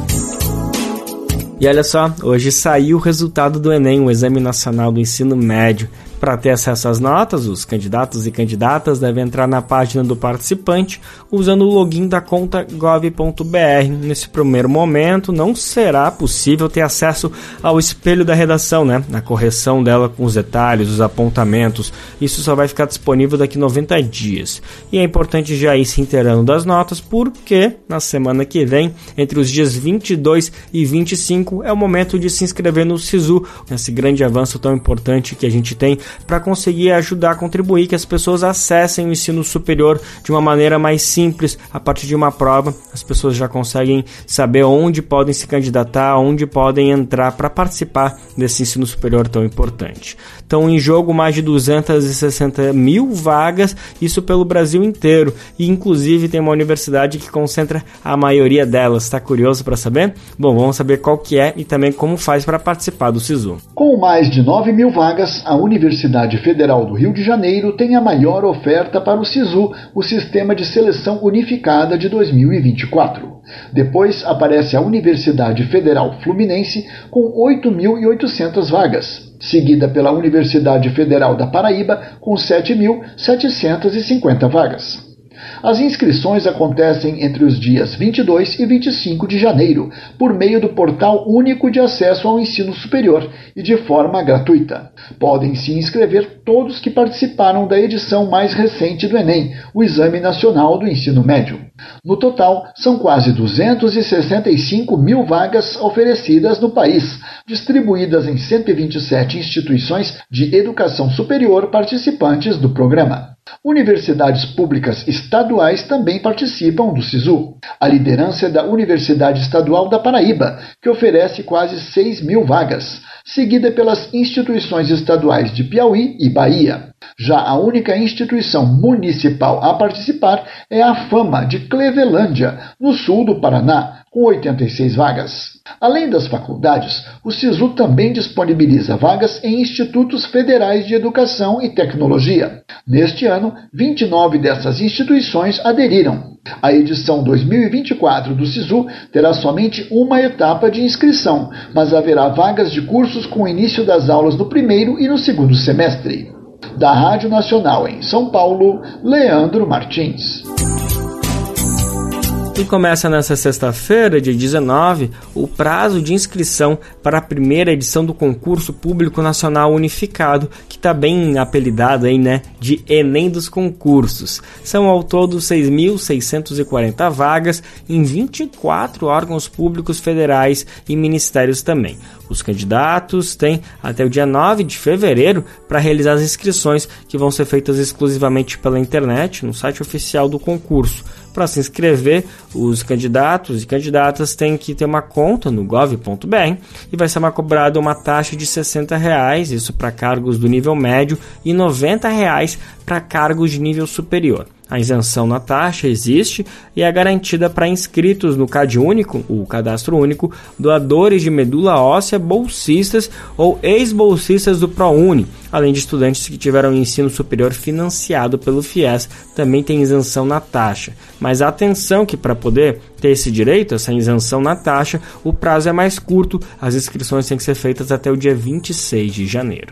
[SPEAKER 2] E olha só, hoje saiu o resultado do Enem, o Exame Nacional do Ensino Médio. Para ter acesso às notas, os candidatos e candidatas devem entrar na página do participante usando o login da conta gov ponto br. Nesse primeiro momento, não será possível ter acesso ao espelho da redação, né? A correção dela com os detalhes, os apontamentos. Isso só vai ficar disponível daqui a noventa dias. E é importante já ir se inteirando das notas, porque na semana que vem, entre os dias vinte e dois e vinte e cinco, é o momento de se inscrever no SISU, esse grande avanço tão importante que a gente tem para conseguir ajudar a contribuir que as pessoas acessem o ensino superior de uma maneira mais simples. A partir de uma prova, as pessoas já conseguem saber onde podem se candidatar, onde podem entrar para participar desse ensino superior tão importante. Então, em jogo, mais de duzentas e sessenta mil vagas, isso pelo Brasil inteiro. E, inclusive, tem uma universidade que concentra a maioria delas. Está curioso para saber? Bom, vamos saber qual que é e também como faz para participar do SISU.
[SPEAKER 15] Com mais de nove mil vagas, a Universidade Federal do Rio de Janeiro tem a maior oferta para o SISU, o Sistema de Seleção Unificada de dois mil e vinte e quatro. Depois aparece a Universidade Federal Fluminense com oito mil e oitocentas vagas, seguida pela Universidade Federal da Paraíba com sete mil setecentas e cinquenta vagas. As inscrições acontecem entre os dias vinte e dois e vinte e cinco de janeiro, por meio do Portal Único de Acesso ao Ensino Superior e de forma gratuita. Podem se inscrever todos que participaram da edição mais recente do Enem, o Exame Nacional do Ensino Médio. No total, são quase duzentas e sessenta e cinco mil vagas oferecidas no país, distribuídas em cento e vinte e sete instituições de educação superior participantes do programa. Universidades públicas estaduais também participam do SISU. A liderança é da Universidade Estadual da Paraíba, que oferece quase seis mil vagas, seguida pelas instituições estaduais de Piauí e Bahia. Já a única instituição municipal a participar é a Fama de Clevelândia, no sul do Paraná, com oitenta e seis vagas. Além das faculdades, o SISU também disponibiliza vagas em institutos federais de educação e tecnologia. Neste ano, vinte e nove dessas instituições aderiram. A edição dois mil e vinte e quatro do SISU terá somente uma etapa de inscrição, mas haverá vagas de cursos com início das aulas no primeiro e no segundo semestre. Da Rádio Nacional em São Paulo, Leandro Martins.
[SPEAKER 2] E começa nesta sexta-feira, dia dezenove, o prazo de inscrição para a primeira edição do Concurso Público Nacional Unificado, que está bem apelidado aí, né, de Enem dos Concursos. São ao todo seis mil seiscentas e quarenta vagas em vinte e quatro órgãos públicos federais e ministérios também. Os candidatos têm até o dia nove de fevereiro para realizar as inscrições, que vão ser feitas exclusivamente pela internet, no site oficial do concurso. Para se inscrever, os candidatos e candidatas têm que ter uma conta no gov ponto br e vai ser uma cobrada uma taxa de sessenta reais, isso para cargos do nível médio, e noventa reais para cargos de nível superior. A isenção na taxa existe e é garantida para inscritos no CadÚnico, o Cadastro Único, doadores de medula óssea, bolsistas ou ex-bolsistas do ProUni, além de estudantes que tiveram ensino superior financiado pelo FIES, também tem isenção na taxa. Mas atenção que para poder ter esse direito, essa isenção na taxa, o prazo é mais curto, as inscrições têm que ser feitas até o dia vinte e seis de janeiro.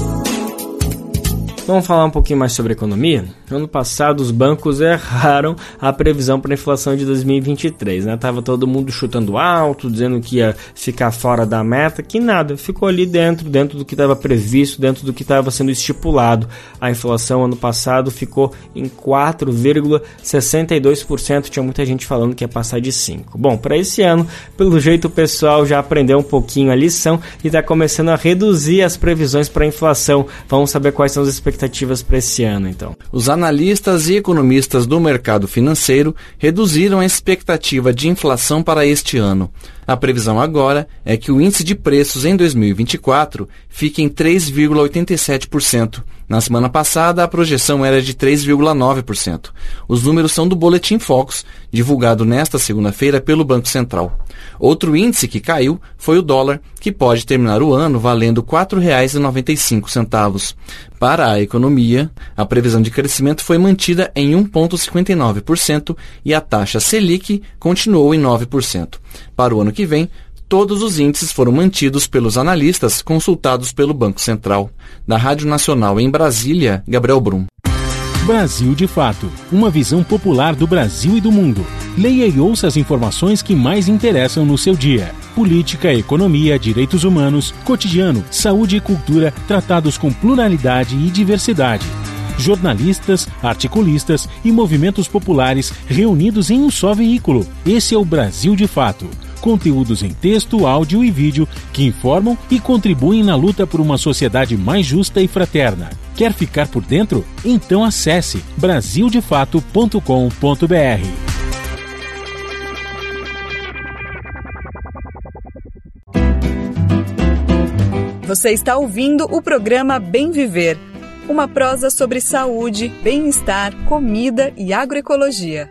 [SPEAKER 2] Vamos falar um pouquinho mais sobre economia? Ano passado os bancos erraram a previsão para a inflação de dois mil e vinte e três, né? Tava todo mundo chutando alto, dizendo que ia ficar fora da meta, que nada, ficou ali dentro, dentro do que estava previsto, dentro do que estava sendo estipulado. A inflação ano passado ficou em quatro vírgula sessenta e dois por cento, tinha muita gente falando que ia passar de cinco por cento. Bom, para esse ano, pelo jeito o pessoal já aprendeu um pouquinho a lição e está começando a reduzir as previsões para a inflação. Vamos saber quais são as expectativas para esse ano, então.
[SPEAKER 14] Os analistas e economistas do mercado financeiro reduziram a expectativa de inflação para este ano. A previsão agora é que o índice de preços em dois mil e vinte e quatro fique em três vírgula oitenta e sete por cento. Na semana passada, a projeção era de três vírgula nove por cento. Os números são do Boletim Focus, divulgado nesta segunda-feira pelo Banco Central. Outro índice que caiu foi o dólar, que pode terminar o ano valendo quatro reais e noventa e cinco centavos. Para a economia, a previsão de crescimento foi mantida em um vírgula cinquenta e nove por cento e a taxa Selic continuou em nove por cento. Para o ano que vem, todos os índices foram mantidos pelos analistas consultados pelo Banco Central. Da Rádio Nacional em Brasília, Gabriel Brum.
[SPEAKER 16] Brasil de Fato, uma visão popular do Brasil e do mundo. Leia e ouça as informações que mais interessam no seu dia. Política, economia, direitos humanos, cotidiano, saúde e cultura, tratados com pluralidade e diversidade. Jornalistas, articulistas e movimentos populares reunidos em um só veículo. Esse é o Brasil de Fato. Conteúdos em texto, áudio e vídeo que informam e contribuem na luta por uma sociedade mais justa e fraterna. Quer ficar por dentro? Então acesse brasil de fato ponto com ponto b r.
[SPEAKER 1] Você está ouvindo o programa Bem Viver, uma prosa sobre saúde, bem-estar, comida e agroecologia.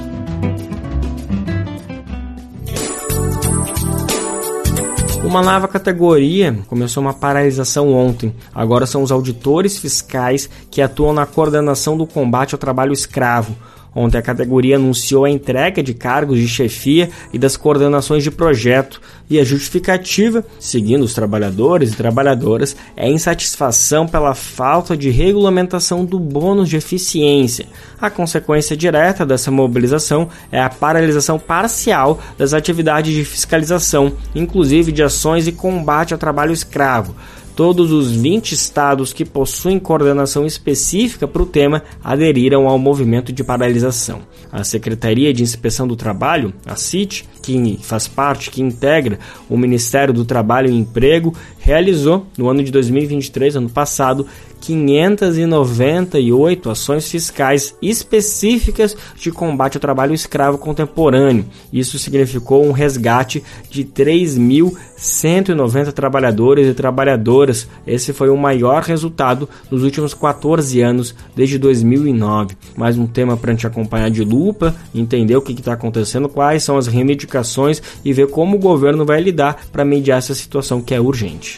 [SPEAKER 2] Uma nova categoria começou uma paralisação ontem. Agora são os auditores fiscais que atuam na coordenação do combate ao trabalho escravo. Ontem a categoria anunciou a entrega de cargos de chefia e das coordenações de projeto. E a justificativa, seguindo os trabalhadores e trabalhadoras, é a insatisfação pela falta de regulamentação do bônus de eficiência. A consequência direta dessa mobilização é a paralisação parcial das atividades de fiscalização, inclusive de ações de combate ao trabalho escravo. Todos os vinte estados que possuem coordenação específica para o tema aderiram ao movimento de paralisação. A Secretaria de Inspeção do Trabalho, a C I T, que faz parte, que integra o Ministério do Trabalho e Emprego, realizou no ano de dois mil e vinte e três, ano passado, quinhentas e noventa e oito ações fiscais específicas de combate ao trabalho escravo contemporâneo. Isso significou um resgate de três mil cento e noventa trabalhadores e trabalhadoras. Esse foi o maior resultado nos últimos quatorze anos, desde dois mil e nove. Mais um tema para a gente acompanhar de lupa, entender o que está acontecendo, quais são as reivindicações e ver como o governo vai lidar para mediar essa situação que é urgente.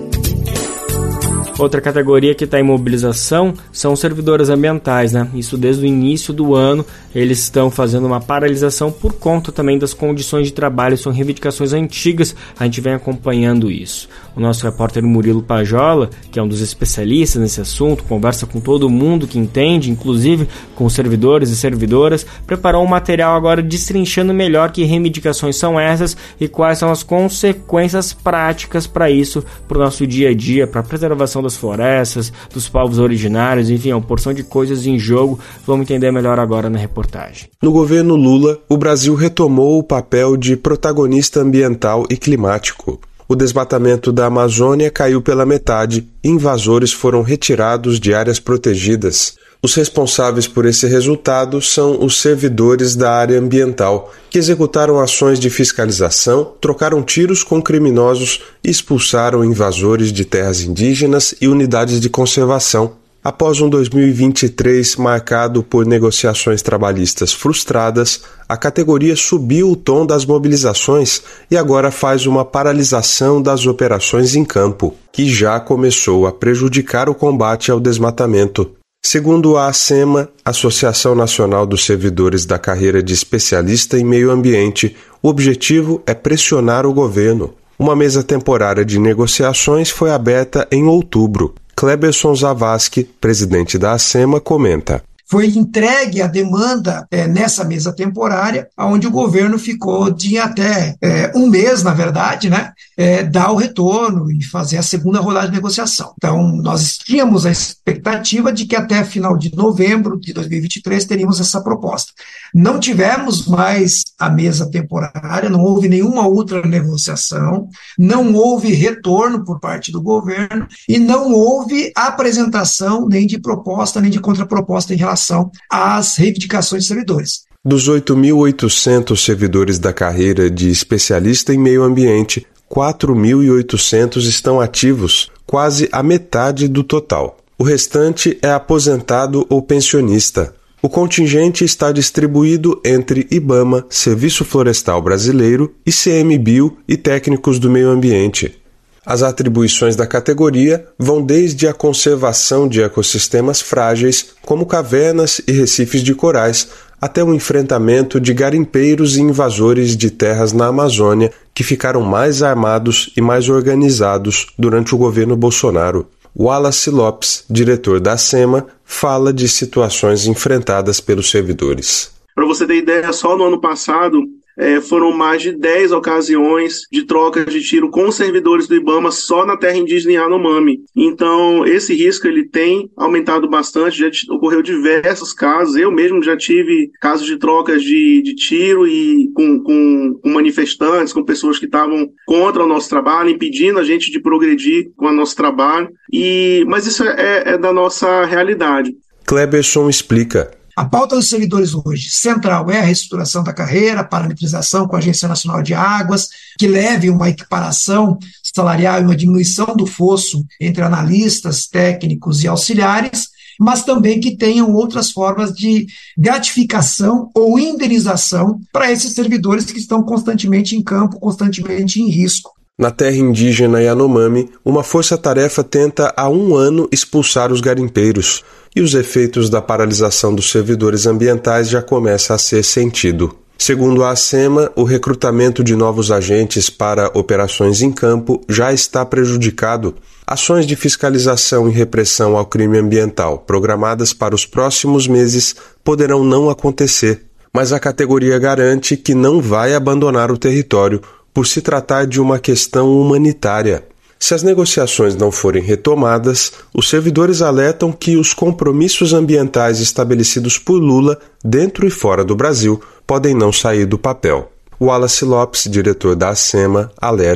[SPEAKER 2] Outra categoria que está em mobilização são os servidores ambientais, né? Isso desde o início do ano, eles estão fazendo uma paralisação por conta também das condições de trabalho, são reivindicações antigas, a gente vem acompanhando isso. O nosso repórter Murilo Pajola, que é um dos especialistas nesse assunto, conversa com todo mundo que entende, inclusive com os servidores e servidoras, preparou um material agora destrinchando melhor que reivindicações são essas e quais são as consequências práticas para isso, para o nosso dia a dia, para a preservação das florestas, dos povos originários, enfim, é uma porção de coisas em jogo. Vamos entender melhor agora na reportagem.
[SPEAKER 17] No governo Lula, o Brasil retomou o papel de protagonista ambiental e climático. O desmatamento da Amazônia caiu pela metade e invasores foram retirados de áreas protegidas. Os responsáveis por esse resultado são os servidores da área ambiental, que executaram ações de fiscalização, trocaram tiros com criminosos e expulsaram invasores de terras indígenas e unidades de conservação. Após um dois mil e vinte e três marcado por negociações trabalhistas frustradas, a categoria subiu o tom das mobilizações e agora faz uma paralisação das operações em campo, que já começou a prejudicar o combate ao desmatamento. Segundo a ACEMA, Associação Nacional dos Servidores da Carreira de Especialista em Meio Ambiente, o objetivo é pressionar o governo. Uma mesa temporária de negociações foi aberta em outubro. Kleberson Zavascki, presidente da ACEMA, comenta.
[SPEAKER 18] Foi entregue a demanda é, nessa mesa temporária, onde o governo ficou de até é, um mês, na verdade, né, é, dar o retorno e fazer a segunda rodada de negociação. Então, nós tínhamos a expectativa de que até final de novembro de dois mil e vinte e três teríamos essa proposta. Não tivemos mais a mesa temporária, não houve nenhuma outra negociação, não houve retorno por parte do governo e não houve apresentação nem de proposta nem de contraproposta em relação às reivindicações de servidores.
[SPEAKER 17] Dos oito mil e oitocentos servidores da carreira de especialista em meio ambiente, quatro mil e oitocentos estão ativos, quase a metade do total. O restante é aposentado ou pensionista. O contingente está distribuído entre IBAMA, Serviço Florestal Brasileiro, I C M B I O e técnicos do meio ambiente. As atribuições da categoria vão desde a conservação de ecossistemas frágeis, como cavernas e recifes de corais, até o enfrentamento de garimpeiros e invasores de terras na Amazônia, que ficaram mais armados e mais organizados durante o governo Bolsonaro. Wallace Lopes, diretor da ACEMA, fala de situações enfrentadas pelos servidores.
[SPEAKER 19] Para você ter ideia, só no ano passado, É, foram mais de dez ocasiões de troca de tiro com servidores do IBAMA só na terra indígena Yanomami. Então, esse risco ele tem aumentado bastante, já ocorreu diversos casos. Eu mesmo já tive casos de trocas de, de tiro e com, com, com manifestantes, com pessoas que estavam contra o nosso trabalho, impedindo a gente de progredir com o nosso trabalho. E, mas isso é, é da nossa realidade.
[SPEAKER 17] Kleberson explica.
[SPEAKER 18] A pauta dos servidores hoje, central, é a reestruturação da carreira, a parametrização com a Agência Nacional de Águas, que leve uma equiparação salarial e uma diminuição do fosso entre analistas, técnicos e auxiliares, mas também que tenham outras formas de gratificação ou indenização para esses servidores que estão constantemente em campo, constantemente em risco.
[SPEAKER 17] Na terra indígena Yanomami, uma força-tarefa tenta há um ano expulsar os garimpeiros, e os efeitos da paralisação dos servidores ambientais já começam a ser sentido. Segundo a ACEMA, o recrutamento de novos agentes para operações em campo já está prejudicado. Ações de fiscalização e repressão ao crime ambiental, programadas para os próximos meses, poderão não acontecer, mas a categoria garante que não vai abandonar o território, por se tratar de uma questão humanitária. Se as negociações não forem retomadas, os servidores alertam que os compromissos ambientais estabelecidos por Lula, dentro e fora do Brasil, podem não sair do papel. Wallace Lopes, diretor da ACEMA, alerta.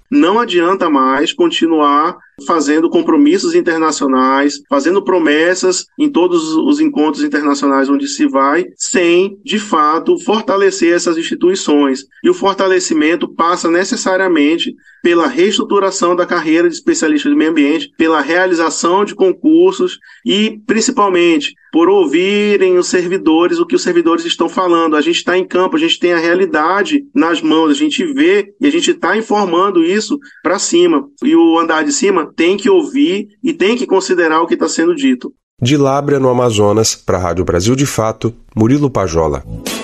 [SPEAKER 19] não adianta mais continuar fazendo compromissos internacionais, fazendo promessas em todos os encontros internacionais onde se vai, sem, de fato, fortalecer essas instituições. E o fortalecimento passa necessariamente pela reestruturação da carreira de especialista de meio ambiente, pela realização de concursos e, principalmente, por ouvirem os servidores, o que os servidores estão falando. A gente está em campo, a gente tem a realidade nas mãos, a gente vê e a gente está informando isso para cima. E o andar de cima tem que ouvir e tem que considerar o que está sendo dito.
[SPEAKER 17] De Lábrea, no Amazonas, para a Rádio Brasil de Fato, Murilo Pajola.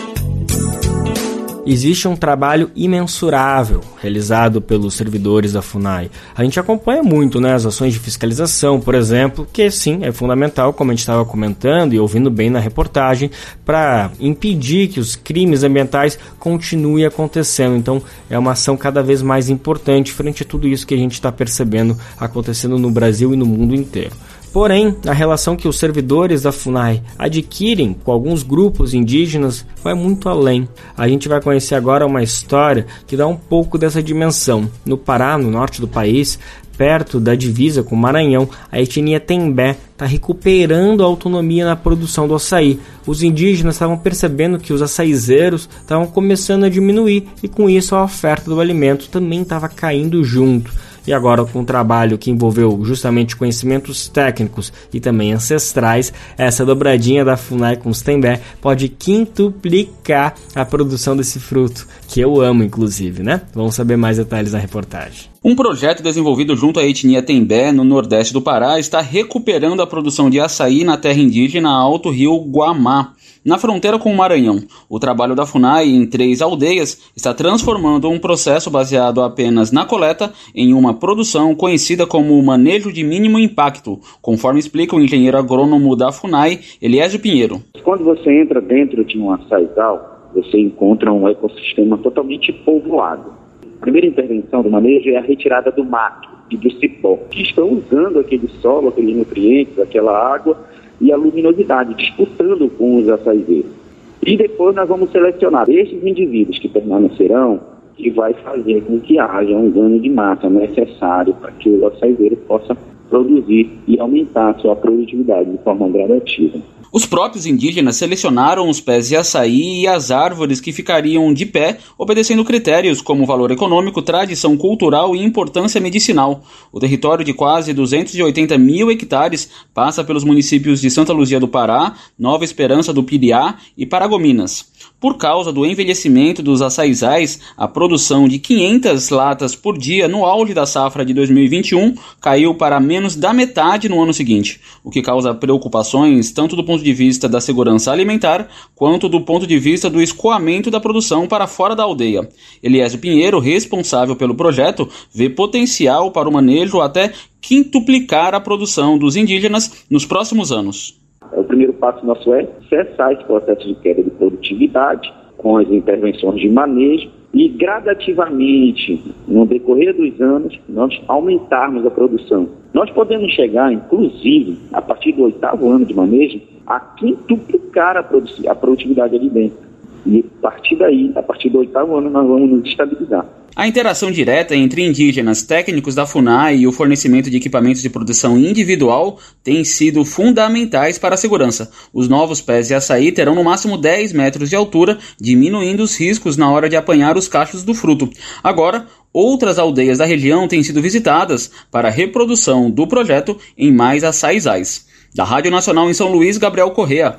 [SPEAKER 2] Existe um trabalho imensurável realizado pelos servidores da FUNAI. A gente acompanha muito, né, as ações de fiscalização, por exemplo, que sim, é fundamental, como a gente estava comentando e ouvindo bem na reportagem, para impedir que os crimes ambientais continuem acontecendo. Então, é uma ação cada vez mais importante frente a tudo isso que a gente está percebendo acontecendo no Brasil e no mundo inteiro. Porém, a relação que os servidores da FUNAI adquirem com alguns grupos indígenas vai muito além. A gente vai conhecer agora uma história que dá um pouco dessa dimensão. No Pará, no norte do país, perto da divisa com o Maranhão, a etnia Tembé está recuperando a autonomia na produção do açaí. Os indígenas estavam percebendo que os açaizeiros estavam começando a diminuir e com isso a oferta do alimento também estava caindo junto. E agora, com um trabalho que envolveu justamente conhecimentos técnicos e também ancestrais, essa dobradinha da FUNAI com os Tembé pode quintuplicar a produção desse fruto, que eu amo inclusive, né? Vamos saber mais detalhes na reportagem.
[SPEAKER 20] Um projeto desenvolvido junto à etnia Tembé, no nordeste do Pará, está recuperando a produção de açaí na terra indígena Alto Rio Guamá, na fronteira com o Maranhão. O trabalho da FUNAI em três aldeias está transformando um processo baseado apenas na coleta em uma produção conhecida como manejo de mínimo impacto, conforme explica o engenheiro agrônomo da FUNAI, Eliésio Pinheiro.
[SPEAKER 21] Quando você entra dentro de um açaizal, você encontra um ecossistema totalmente povoado. A primeira intervenção do manejo é a retirada do mato e do cipó, que estão usando aquele solo, aqueles nutrientes, aquela água e a luminosidade, disputando com os açaizeiros. E depois nós vamos selecionar esses indivíduos que permanecerão, que vai fazer com que haja um ganho de massa necessário para que o açaizeiro possa produzir e aumentar a sua produtividade de forma gradativa.
[SPEAKER 20] Os próprios indígenas selecionaram os pés de açaí e as árvores que ficariam de pé, obedecendo critérios como valor econômico, tradição cultural e importância medicinal. O território de quase duzentos e oitenta mil hectares passa pelos municípios de Santa Luzia do Pará, Nova Esperança do Piriá e Paragominas. Por causa do envelhecimento dos açaizais, a produção de quinhentas latas por dia no auge da safra de dois mil e vinte e um caiu para menos da metade no ano seguinte, o que causa preocupações tanto do ponto de vista da segurança alimentar, quanto do ponto de vista do escoamento da produção para fora da aldeia. Eliésio Pinheiro, responsável pelo projeto, vê potencial para o manejo até quintuplicar a produção dos indígenas nos próximos anos.
[SPEAKER 21] O primeiro passo nosso é cessar esse processo de queda de produtividade com as intervenções de manejo e gradativamente, no decorrer dos anos, nós aumentarmos a produção. Nós podemos chegar, inclusive, a partir do oitavo ano de manejo, a quintuplicar a, produ- a produtividade ali dentro. E a partir daí, a partir do oitavo ano, nós vamos nos estabilizar.
[SPEAKER 20] A interação direta entre indígenas, técnicos da FUNAI e o fornecimento de equipamentos de produção individual tem sido fundamentais para a segurança. Os novos pés de açaí terão no máximo dez metros de altura, diminuindo os riscos na hora de apanhar os cachos do fruto. Agora, outras aldeias da região têm sido visitadas para a reprodução do projeto em mais açaizais. Da Rádio Nacional em São Luís, Gabriel Correa.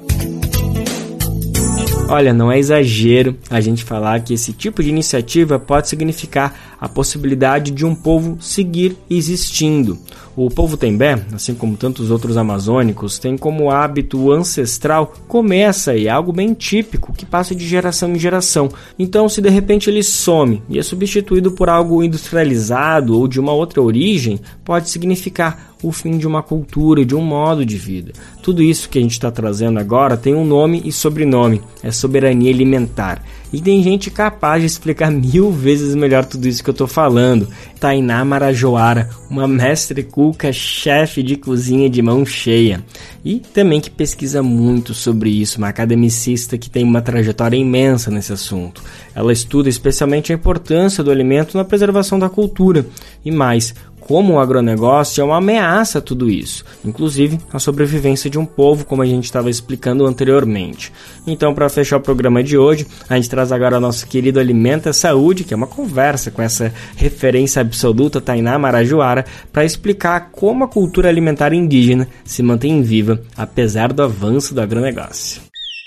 [SPEAKER 2] Olha, não é exagero a gente falar que esse tipo de iniciativa pode significar a possibilidade de um povo seguir existindo. O povo Tembé, assim como tantos outros amazônicos, tem como hábito ancestral comer açaí, algo bem típico que passa de geração em geração. Então, se de repente ele some e é substituído por algo industrializado ou de uma outra origem, pode significar o fim de uma cultura, de um modo de vida. Tudo isso que a gente está trazendo agora tem um nome e sobrenome, é soberania alimentar. E tem gente capaz de explicar mil vezes melhor tudo isso que eu tô falando. Tainá Marajoara, uma mestre cuca, chefe de cozinha de mão cheia. E também que pesquisa muito sobre isso, uma academicista que tem uma trajetória imensa nesse assunto. Ela estuda especialmente a importância do alimento na preservação da cultura. E mais, como o agronegócio é uma ameaça a tudo isso, inclusive a sobrevivência de um povo, como a gente estava explicando anteriormente. Então, para fechar o programa de hoje, a gente traz agora o nosso querido Alimenta Saúde, que é uma conversa com essa referência absoluta, Tainá Marajoara, para explicar como a cultura alimentar indígena se mantém viva, apesar do avanço do agronegócio.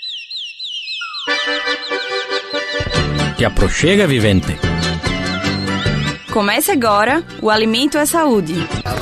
[SPEAKER 3] Te aproxega, vivente!
[SPEAKER 1] Comece agora, o Alimento é Saúde.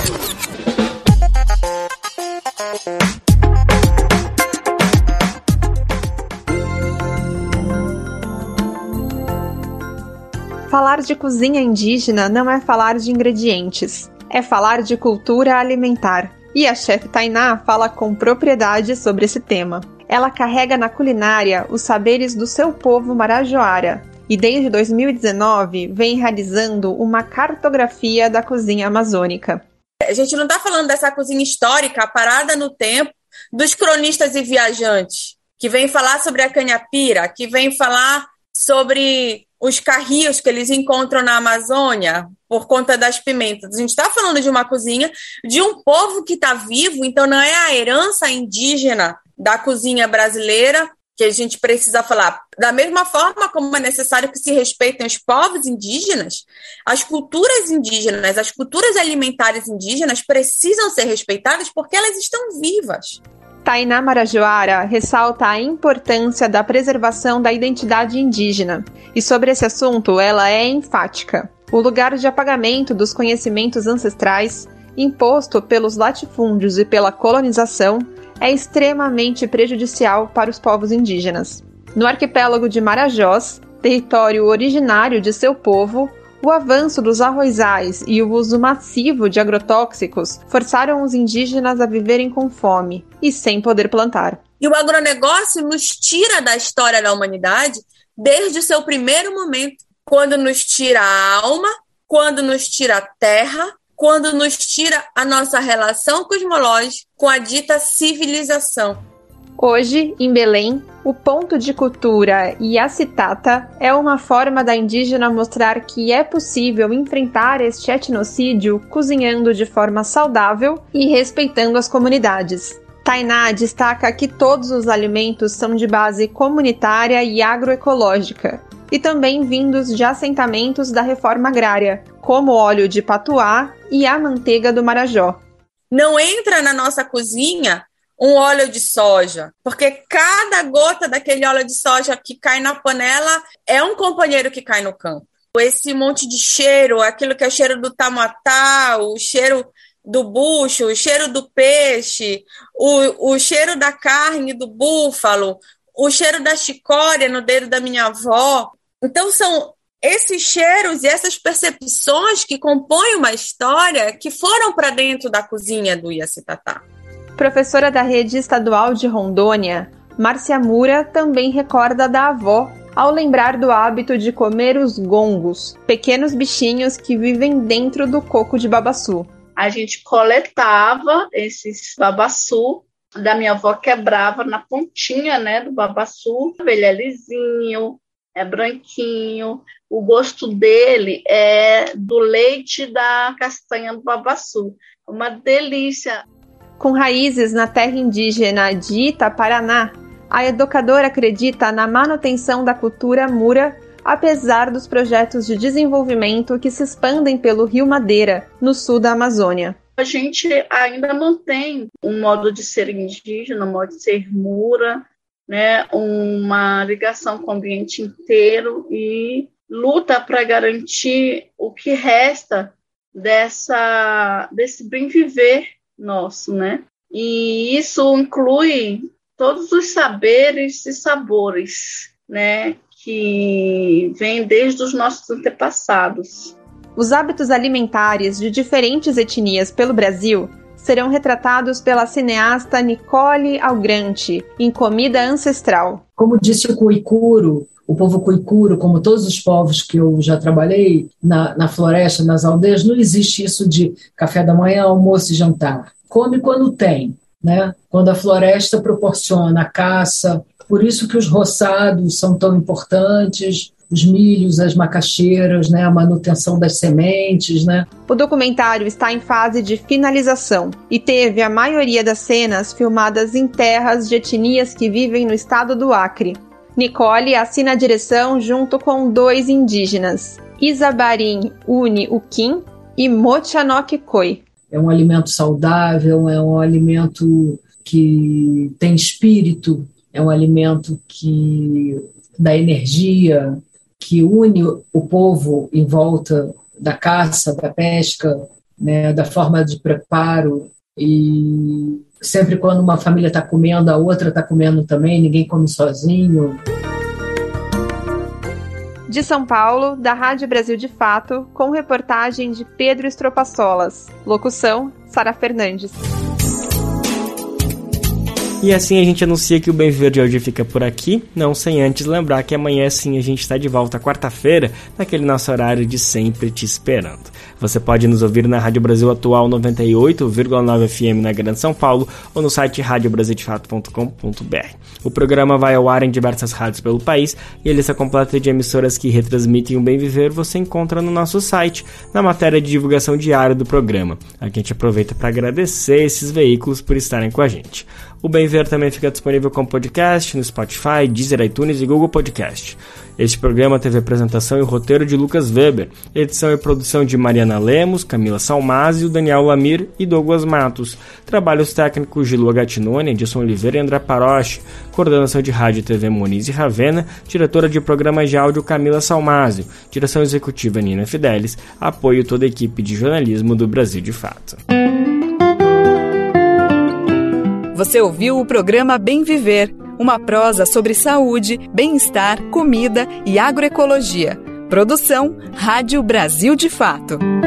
[SPEAKER 22] Falar de cozinha indígena não é falar de ingredientes, é falar de cultura alimentar. E a chefe Tainá fala com propriedade sobre esse tema. Ela carrega na culinária os saberes do seu povo marajoara, e desde dois mil e dezenove vem realizando uma cartografia da cozinha amazônica.
[SPEAKER 23] A gente não está falando dessa cozinha histórica, parada no tempo, dos cronistas e viajantes, que vêm falar sobre a canhapira, que vêm falar sobre os carrios que eles encontram na Amazônia por conta das pimentas. A gente está falando de uma cozinha de um povo que está vivo, então não é a herança indígena da cozinha brasileira que a gente precisa falar. Da mesma forma como é necessário que se respeitem os povos indígenas, as culturas indígenas, as culturas alimentares indígenas precisam ser respeitadas porque elas estão vivas.
[SPEAKER 22] Tainá Marajoara ressalta a importância da preservação da identidade indígena. E sobre esse assunto, ela é enfática. O lugar de apagamento dos conhecimentos ancestrais, imposto pelos latifúndios e pela colonização, é extremamente prejudicial para os povos indígenas. No arquipélago de Marajós, território originário de seu povo, o avanço dos arrozais e o uso massivo de agrotóxicos forçaram os indígenas a viverem com fome e sem poder plantar.
[SPEAKER 23] E o agronegócio nos tira da história da humanidade desde o seu primeiro momento, quando nos tira a alma, quando nos tira a terra, quando nos tira a nossa relação cosmológica com a dita civilização.
[SPEAKER 22] Hoje, em Belém, o ponto de cultura Yacitata é uma forma da indígena mostrar que é possível enfrentar este etnocídio cozinhando de forma saudável e respeitando as comunidades. Tainá destaca que todos os alimentos são de base comunitária e agroecológica, e também vindos de assentamentos da reforma agrária, como o óleo de patuá e a manteiga do Marajó.
[SPEAKER 23] Não entra na nossa cozinha um óleo de soja, porque cada gota daquele óleo de soja que cai na panela é um companheiro que cai no campo. Esse monte de cheiro, aquilo que é o cheiro do tamatá, o cheiro do bucho, o cheiro do peixe, o, o cheiro da carne do búfalo, o cheiro da chicória no dedo da minha avó. Então são esses cheiros e essas percepções que compõem uma história que foram para dentro da cozinha do Yacitata.
[SPEAKER 22] Professora da Rede Estadual de Rondônia, Márcia Mura também recorda da avó ao lembrar do hábito de comer os gongos, pequenos bichinhos que vivem dentro do coco de babaçu.
[SPEAKER 24] A gente coletava esses babaçu da minha avó, quebrava na pontinha, né, do babaçu. Ele é lisinho, é branquinho. O gosto dele é do leite da castanha do babaçu. Uma delícia.
[SPEAKER 22] Com raízes na terra indígena de Itaparaná, a educadora acredita na manutenção da cultura Mura, apesar dos projetos de desenvolvimento que se expandem pelo Rio Madeira, no sul da Amazônia.
[SPEAKER 24] A gente ainda mantém um modo de ser indígena, um modo de ser Mura, né, uma ligação com o ambiente inteiro e luta para garantir o que resta dessa, desse bem viver nosso, né? E isso inclui todos os saberes e sabores, né, que vêm desde os nossos antepassados.
[SPEAKER 22] Os hábitos alimentares de diferentes etnias pelo Brasil serão retratados pela cineasta Nicole Algrante, em Comida Ancestral.
[SPEAKER 4] Como disse o Cuicuro, o povo Cuicuro, como todos os povos que eu já trabalhei na, na floresta, nas aldeias, não existe isso de café da manhã, almoço e jantar. Come quando tem, né? Quando a floresta proporciona a caça. Por isso que os roçados são tão importantes, os milhos, as macaxeiras, né? A manutenção das sementes, né?
[SPEAKER 22] O documentário está em fase de finalização e teve a maioria das cenas filmadas em terras de etnias que vivem no estado do Acre. Nicole assina a direção junto com dois indígenas, Isabarim Uni Uquim e Mochanok Koi.
[SPEAKER 4] É um alimento saudável, é um alimento que tem espírito, é um alimento que dá energia, que une o povo em volta da caça, da pesca, né, da forma de preparo. E sempre quando uma família está comendo, a outra está comendo também, ninguém come sozinho.
[SPEAKER 22] De São Paulo, da Rádio Brasil de Fato, com reportagem de Pedro Estropaçolas. Locução, Sara Fernandes.
[SPEAKER 2] E assim a gente anuncia que o Bem Viver de hoje fica por aqui, não sem antes lembrar que amanhã sim a gente está de volta quarta-feira, naquele nosso horário de sempre te esperando. Você pode nos ouvir na Rádio Brasil Atual noventa e oito vírgula nove F M na Grande São Paulo ou no site rádio brasil de fato ponto com ponto b r. O programa vai ao ar em diversas rádios pelo país e a lista completa de emissoras que retransmitem o Bem Viver você encontra no nosso site, na matéria de divulgação diária do programa. Aqui a gente aproveita para agradecer esses veículos por estarem com a gente. O Bem Viver também fica disponível como podcast no Spotify, Deezer, iTunes e Google Podcast. Este programa teve apresentação e roteiro de Lucas Weber, edição e produção de Mariana Lemos, Camila Salmazio, Daniel Lamir e Douglas Matos. Trabalhos técnicos de Lua Gattinone, Edson Oliveira e André Paroche. Coordenação de rádio e T V Moniz e Ravena. Diretora de programas de áudio Camila Salmazio. Direção executiva Nina Fidelis. Apoio toda a equipe de jornalismo do Brasil de Fato.
[SPEAKER 1] Você ouviu o programa Bem Viver, uma prosa sobre saúde, bem-estar, comida e agroecologia. Produção Rádio Brasil de Fato.